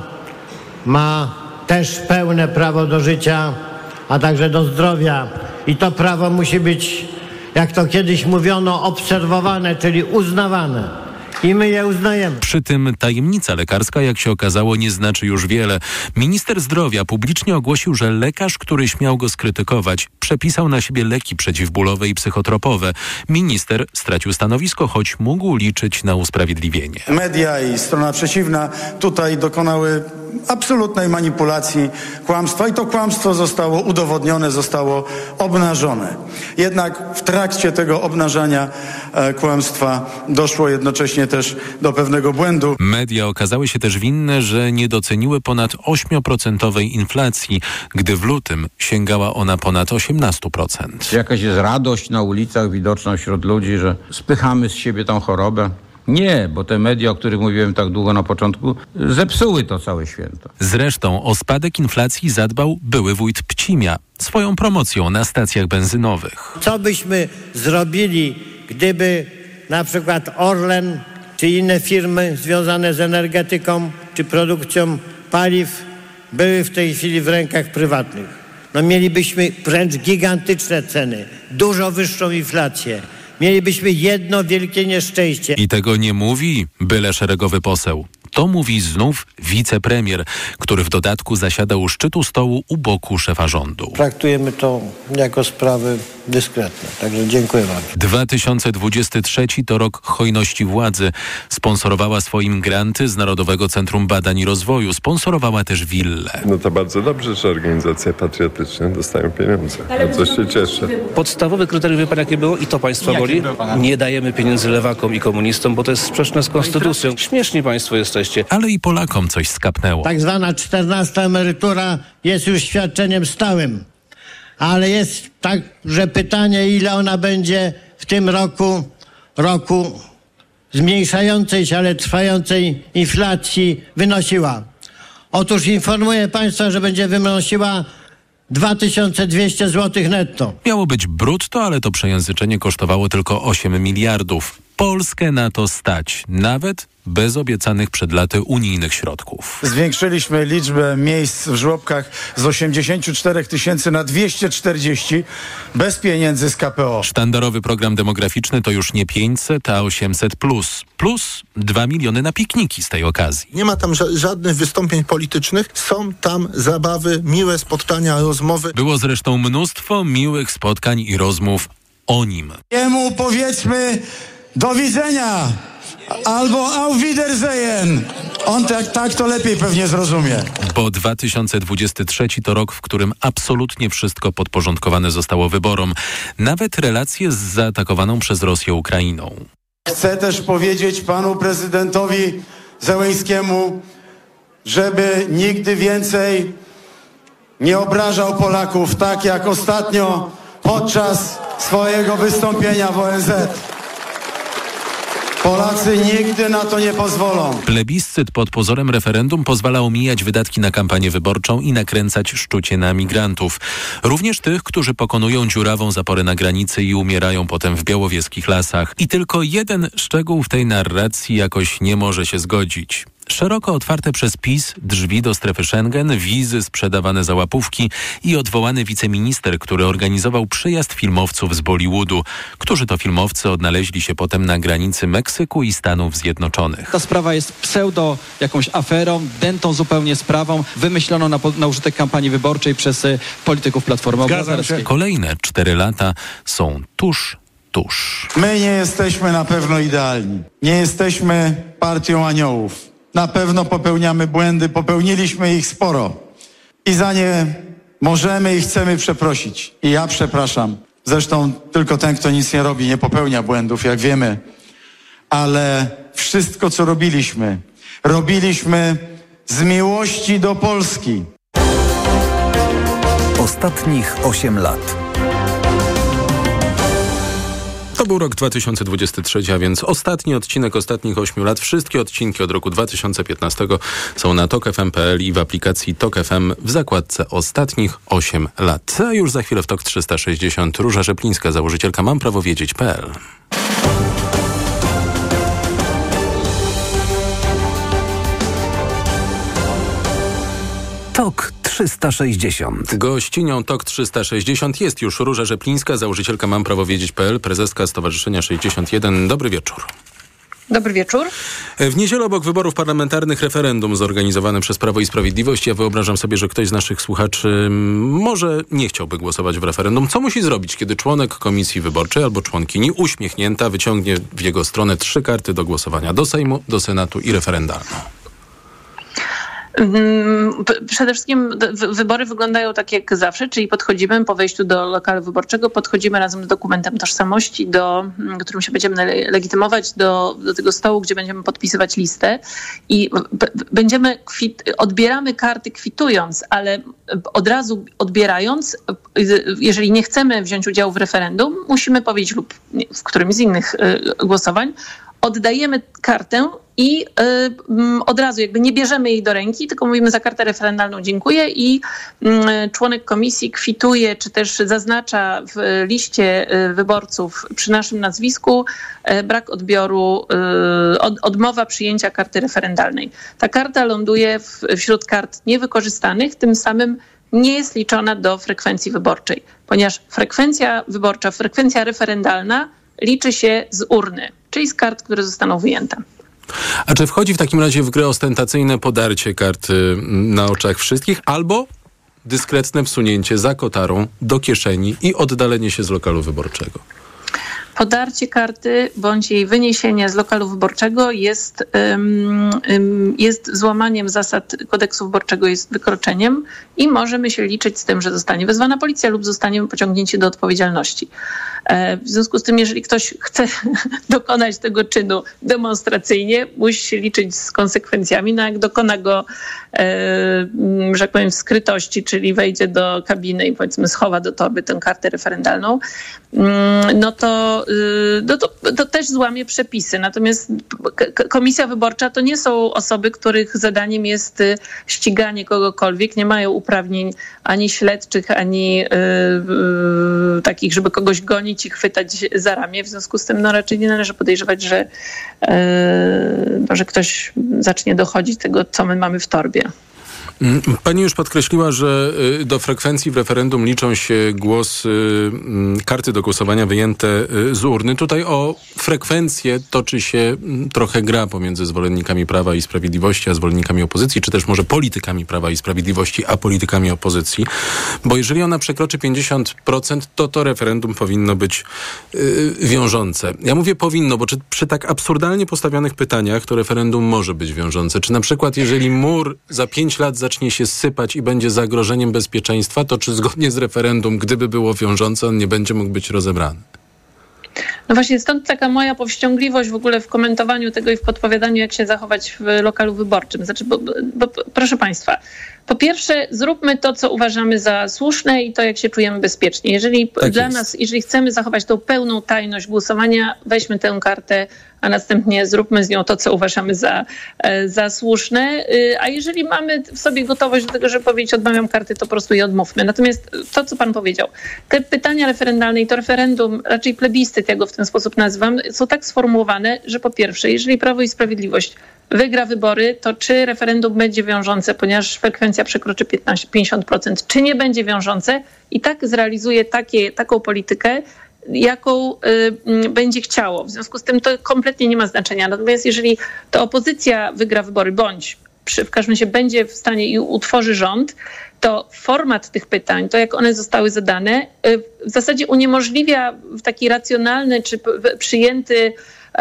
ma też pełne prawo do życia, a także do zdrowia. I to prawo musi być, jak to kiedyś mówiono, obserwowane, czyli uznawane. I my je uznajemy. Przy tym tajemnica lekarska, jak się okazało, nie znaczy już wiele. Minister zdrowia publicznie ogłosił, że lekarz, który śmiał go skrytykować, przepisał na siebie leki przeciwbólowe i psychotropowe. Minister stracił stanowisko, choć mógł liczyć na usprawiedliwienie. Media i strona przeciwna tutaj dokonały absolutnej manipulacji, kłamstwa i to kłamstwo zostało udowodnione, zostało obnażone. Jednak w trakcie tego obnażania kłamstwa doszło jednocześnie też do pewnego błędu. Media okazały się też winne, że nie doceniły ponad 8% inflacji, gdy w lutym sięgała ona ponad 18%. Jakaś jest radość na ulicach widoczna wśród ludzi, że spychamy z siebie tą chorobę. Nie, bo te media, o których mówiłem tak długo na początku, zepsuły to całe święto. Zresztą o spadek inflacji zadbał były wójt Pcimia swoją promocją na stacjach benzynowych. Co byśmy zrobili, gdyby na przykład Orlen czy inne firmy związane z energetyką, czy produkcją paliw były w tej chwili w rękach prywatnych. No mielibyśmy wręcz gigantyczne ceny, dużo wyższą inflację. Mielibyśmy jedno wielkie nieszczęście. I tego nie mówi byle szeregowy poseł. To mówi znów wicepremier, który w dodatku zasiada u szczytu stołu u boku szefa rządu. Traktujemy to jako sprawy dyskretne. Także dziękuję bardzo. 2023 to rok hojności władzy. Sponsorowała swoim granty z Narodowego Centrum Badań i Rozwoju. Sponsorowała też willę. No to bardzo dobrze, że organizacje patriotyczne dostają pieniądze. Bardzo się cieszę. Podstawowe kryterium, wie pan, jakie było? I to państwa boli? Nie dajemy pieniędzy lewakom i komunistom, bo to jest sprzeczne z konstytucją. Śmieszni państwo jesteście. Ale i Polakom coś skapnęło. Tak zwana 14. emerytura jest już świadczeniem stałym. Ale jest także pytanie, ile ona będzie w tym roku zmniejszającej się, ale trwającej inflacji wynosiła. Otóż informuję państwa, że będzie wynosiła 2200 zł netto. Miało być brutto, ale to przejęzyczenie kosztowało tylko 8 miliardów. Polskę na to stać, nawet bez obiecanych przed laty unijnych środków. Zwiększyliśmy liczbę miejsc w żłobkach z 84 000 na 240 bez pieniędzy z KPO. Sztandarowy program demograficzny to już nie 500, a 800+. Plus 2 miliony na pikniki z tej okazji. Nie ma tam żadnych wystąpień politycznych. Są tam zabawy, miłe spotkania, rozmowy. Było zresztą mnóstwo miłych spotkań i rozmów o nim. Jemu powiedzmy do widzenia albo auf Wiedersehen. On tak to lepiej pewnie zrozumie. Bo 2023 to rok, w którym absolutnie wszystko podporządkowane zostało wyborom. Nawet relacje z zaatakowaną przez Rosję Ukrainą. Chcę też powiedzieć panu prezydentowi Zełenskiemu, żeby nigdy więcej nie obrażał Polaków tak jak ostatnio podczas swojego wystąpienia w ONZ. Polacy nigdy na to nie pozwolą. Plebiscyt pod pozorem referendum pozwala omijać wydatki na kampanię wyborczą i nakręcać szczucie na migrantów. Również tych, którzy pokonują dziurawą zaporę na granicy i umierają potem w białowieskich lasach. I tylko jeden szczegół w tej narracji jakoś nie może się zgodzić. Szeroko otwarte przez PiS drzwi do strefy Schengen, wizy sprzedawane za łapówki i odwołany wiceminister, który organizował przyjazd filmowców z Bollywoodu, którzy to filmowcy odnaleźli się potem na granicy Meksyku i Stanów Zjednoczonych. Ta sprawa jest pseudo jakąś aferą, dętą zupełnie sprawą, wymyśloną na użytek kampanii wyborczej przez polityków Platformy Obywatelskiej. Kolejne 4 lata są tuż. My nie jesteśmy na pewno idealni. Nie jesteśmy partią aniołów. Na pewno popełniamy błędy, popełniliśmy ich sporo. I za nie możemy i chcemy przeprosić. I ja przepraszam. Zresztą tylko ten, kto nic nie robi, nie popełnia błędów, jak wiemy. Ale wszystko, co robiliśmy z miłości do Polski. Ostatnich 8 lat. To był rok 2023, a więc ostatni odcinek ostatnich 8 lat. Wszystkie odcinki od roku 2015 są na tokfm.pl i w aplikacji Tok FM w zakładce ostatnich 8 lat. A już za chwilę w TOK 360 Róża Rzeplińska, założycielka mamprawowiedzieć.pl. TOK 360. Gościnią TOK 360 jest już Róża Rzeplińska, założycielka mamprawowiedzieć.pl, prezeska Stowarzyszenia 61. Dobry wieczór. Dobry wieczór. W niedzielę obok wyborów parlamentarnych referendum zorganizowane przez Prawo i Sprawiedliwość. Ja wyobrażam sobie, że ktoś z naszych słuchaczy może nie chciałby głosować w referendum. Co musi zrobić, kiedy członek komisji wyborczej albo członkini uśmiechnięta wyciągnie w jego stronę 3 karty do głosowania: do Sejmu, do Senatu i referendalną? Przede wszystkim wybory wyglądają tak jak zawsze, czyli podchodzimy po wejściu do lokalu wyborczego, podchodzimy razem z dokumentem tożsamości, którym się będziemy legitymować, do tego stołu, gdzie będziemy podpisywać listę i odbieramy karty kwitując, ale od razu odbierając, jeżeli nie chcemy wziąć udziału w referendum, musimy powiedzieć lub w którymś z innych głosowań, oddajemy kartę i od razu jakby nie bierzemy jej do ręki, tylko mówimy za kartę referendalną dziękuję i członek komisji kwituje, czy też zaznacza w liście wyborców przy naszym nazwisku brak odbioru, odmowa przyjęcia karty referendalnej. Ta karta ląduje wśród kart niewykorzystanych, tym samym nie jest liczona do frekwencji wyborczej, ponieważ frekwencja wyborcza, frekwencja referendalna liczy się z urny, czyli z kart, które zostaną wyjęte. A czy wchodzi w takim razie w grę ostentacyjne podarcie karty na oczach wszystkich albo dyskretne wsunięcie za kotarą do kieszeni i oddalenie się z lokalu wyborczego? Podarcie karty bądź jej wyniesienie z lokalu wyborczego jest złamaniem zasad kodeksu wyborczego, jest wykroczeniem i możemy się liczyć z tym, że zostanie wezwana policja lub zostaniemy pociągnięci do odpowiedzialności. W związku z tym, jeżeli ktoś chce dokonać tego czynu demonstracyjnie, musi się liczyć z konsekwencjami. No jak dokona go, że tak powiem, w skrytości, czyli wejdzie do kabiny i powiedzmy schowa do torby tę kartę referendalną, no to też złamie przepisy. Natomiast komisja wyborcza to nie są osoby, których zadaniem jest ściganie kogokolwiek. Nie mają uprawnień ani śledczych, ani takich, żeby kogoś gonić i chwytać za ramię. W związku z tym raczej nie należy podejrzewać, że ktoś zacznie dochodzić tego, co my mamy w torbie. Pani już podkreśliła, że do frekwencji w referendum liczą się karty do głosowania wyjęte z urny. Tutaj o frekwencję toczy się trochę gra pomiędzy zwolennikami Prawa i Sprawiedliwości a zwolennikami opozycji, czy też może politykami Prawa i Sprawiedliwości a politykami opozycji. Bo jeżeli ona przekroczy 50%, to referendum powinno być wiążące. Ja mówię powinno, bo przy tak absurdalnie postawionych pytaniach to referendum może być wiążące. Czy na przykład jeżeli mur za 5 lat zacznie się sypać i będzie zagrożeniem bezpieczeństwa, to czy zgodnie z referendum, gdyby było wiążące, on nie będzie mógł być rozebrany? No właśnie stąd taka moja powściągliwość w ogóle w komentowaniu tego i w podpowiadaniu, jak się zachować w lokalu wyborczym. Znaczy, bo proszę Państwa, po pierwsze zróbmy to, co uważamy za słuszne i to, jak się czujemy bezpiecznie. Jeżeli jeżeli chcemy zachować tą pełną tajność głosowania, weźmy tę kartę, a następnie zróbmy z nią to, co uważamy za słuszne. A jeżeli mamy w sobie gotowość do tego, żeby powiedzieć odmawiam karty, to po prostu je odmówmy. Natomiast to, co pan powiedział, te pytania referendalne i to referendum, raczej plebiscyt, ja go w ten sposób nazywam, są tak sformułowane, że po pierwsze, jeżeli Prawo i Sprawiedliwość wygra wybory, to czy referendum będzie wiążące, ponieważ frekwencja przekroczy 50%, czy nie będzie wiążące i tak zrealizuje taką politykę, jaką będzie chciało. W związku z tym to kompletnie nie ma znaczenia. Natomiast jeżeli to opozycja wygra wybory, bądź w każdym razie będzie w stanie i utworzy rząd, to format tych pytań, to jak one zostały zadane, w zasadzie uniemożliwia w taki racjonalny czy przyjęty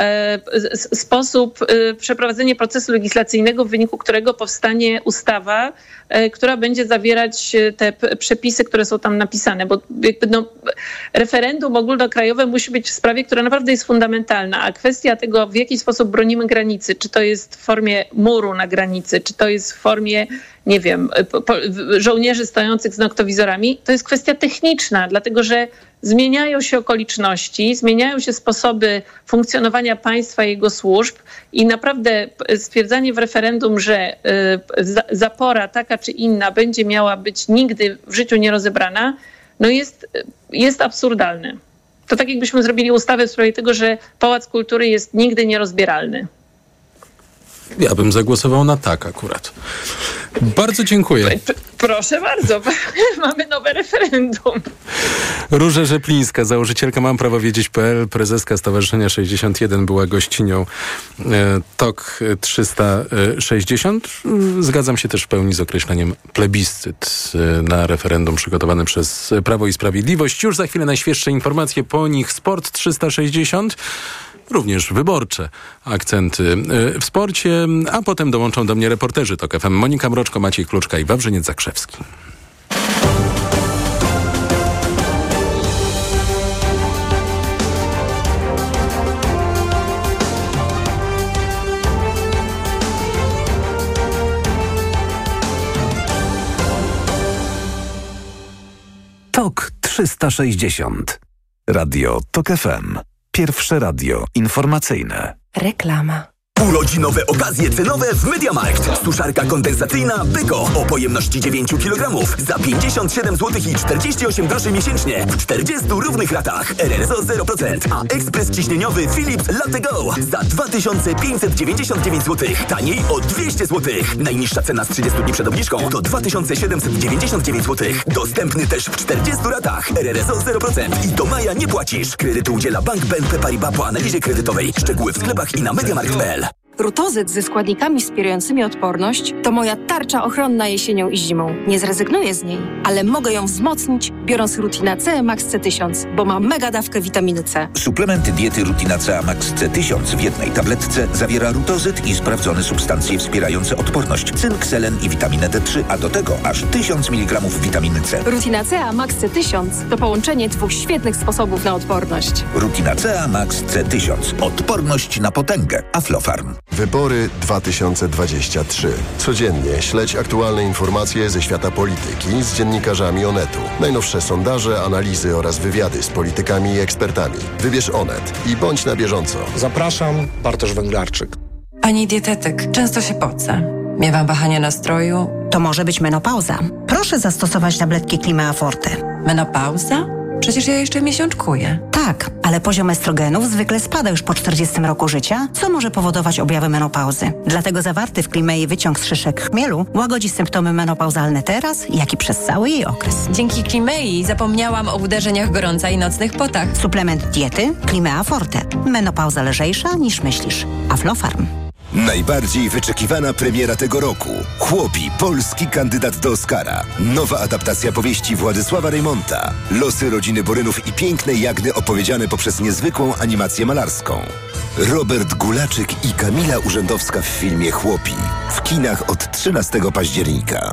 sposób przeprowadzenie procesu legislacyjnego, w wyniku którego powstanie ustawa, która będzie zawierać te przepisy, które są tam napisane. Bo referendum ogólnokrajowe musi być w sprawie, która naprawdę jest fundamentalna, a kwestia tego, w jaki sposób bronimy granicy, czy to jest w formie muru na granicy, czy to jest w formie, nie wiem, żołnierzy stojących z noktowizorami, to jest kwestia techniczna, dlatego że zmieniają się okoliczności, zmieniają się sposoby funkcjonowania państwa i jego służb i naprawdę stwierdzanie w referendum, że zapora taka czy inna będzie miała być nigdy w życiu nierozebrana, no jest absurdalne. To tak jakbyśmy zrobili ustawę w sprawie tego, że Pałac Kultury jest nigdy nierozbieralny. Ja bym zagłosował na tak akurat. Bardzo dziękuję. Proszę bardzo, mamy nowe referendum. Róża Rzeplińska, założycielka mamprawowiedzieć.pl, prezeska Stowarzyszenia 61 była gościnią TOK 360. Zgadzam się też w pełni z określeniem plebiscyt na referendum przygotowane przez Prawo i Sprawiedliwość. Już za chwilę najświeższe informacje, po nich Sport 360. Również wyborcze akcenty w sporcie, a potem dołączą do mnie reporterzy TOK FM Monika Mroczko, Maciej Kluczka i Wawrzyniec Zakrzewski. TOK 360. Radio TOK FM. Pierwsze radio informacyjne. Reklama. Urodzinowe okazje cenowe w MediaMarkt. Suszarka kondensacyjna Beko o pojemności 9 kg za 57 zł i 48 groszy miesięcznie w 40 równych ratach. RRSO 0%, a ekspres ciśnieniowy Philips Latte Go za 2599 zł. Taniej o 200 zł. Najniższa cena z 30 dni przed obniżką to 2799 zł. Dostępny też w 40 ratach. RRSO 0% i do maja nie płacisz. Kredytu udziela Bank BNP Paribas po analizie kredytowej. Szczegóły w sklepach i na mediamarkt.pl. Rutozyt ze składnikami wspierającymi odporność to moja tarcza ochronna jesienią i zimą. Nie zrezygnuję z niej, ale mogę ją wzmocnić, biorąc Rutina C Max C1000, bo ma mega dawkę witaminy C. Suplement diety Rutina C Max C1000 w jednej tabletce zawiera rutozyt i sprawdzone substancje wspierające odporność, cynk, selen i witaminę D3, a do tego aż 1000 mg witaminy C. Rutina C Max C1000 to połączenie dwóch świetnych sposobów na odporność. Rutina C Max C1000. Odporność na potęgę. Aflofarm. Wybory 2023. Codziennie śledź aktualne informacje ze świata polityki z dziennikarzami Onetu. Najnowsze sondaże, analizy oraz wywiady z politykami i ekspertami. Wybierz Onet i bądź na bieżąco. Zapraszam, Bartosz Węglarczyk. Pani dietetyk, często się pocę. Miewam wahania nastroju. To może być menopauza. Proszę zastosować tabletki Climea Forte. Menopauza? Przecież ja jeszcze miesiączkuję. Tak, ale poziom estrogenów zwykle spada już po 40 roku życia, co może powodować objawy menopauzy. Dlatego zawarty w Climei wyciąg z szyszek chmielu łagodzi symptomy menopauzalne teraz, jak i przez cały jej okres. Dzięki Climei zapomniałam o uderzeniach gorąca i nocnych potach. Suplement diety Climea Forte. Menopauza lżejsza niż myślisz. Aflofarm. Najbardziej wyczekiwana premiera tego roku. Chłopi, polski kandydat do Oscara. Nowa adaptacja powieści Władysława Reymonta. Losy rodziny Borynów i pięknej Jagny opowiedziane poprzez niezwykłą animację malarską. Robert Gulaczyk i Kamila Urzędowska w filmie Chłopi. W kinach od 13 października.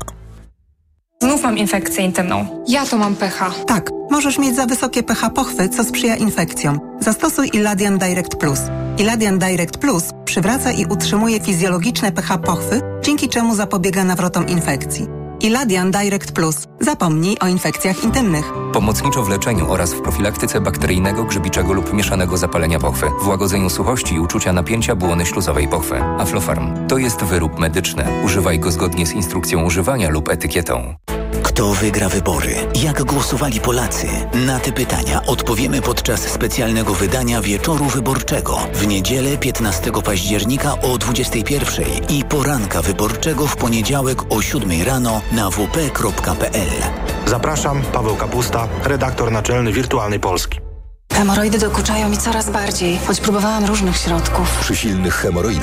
Znów mam infekcję intymną. Ja to mam pH. Tak, możesz mieć za wysokie pH pochwy, co sprzyja infekcjom. Zastosuj Iladian Direct Plus. Iladian Direct Plus przywraca i utrzymuje fizjologiczne pH pochwy, dzięki czemu zapobiega nawrotom infekcji. Iladian Direct Plus. Zapomnij o infekcjach intymnych. Pomocniczo w leczeniu oraz w profilaktyce bakteryjnego, grzybiczego lub mieszanego zapalenia pochwy, w łagodzeniu suchości i uczucia napięcia błony śluzowej pochwy. Aflofarm to jest wyrób medyczny. Używaj go zgodnie z instrukcją używania lub etykietą. Kto wygra wybory? Jak głosowali Polacy? Na te pytania odpowiemy podczas specjalnego wydania Wieczoru Wyborczego w niedzielę 15 października o 21 i poranka wyborczego w poniedziałek o 7 rano na wp.pl. Zapraszam, Paweł Kapusta, redaktor naczelny Wirtualnej Polski. Hemoroidy dokuczają mi coraz bardziej, choć próbowałam różnych środków. Przy silnych hemoroidach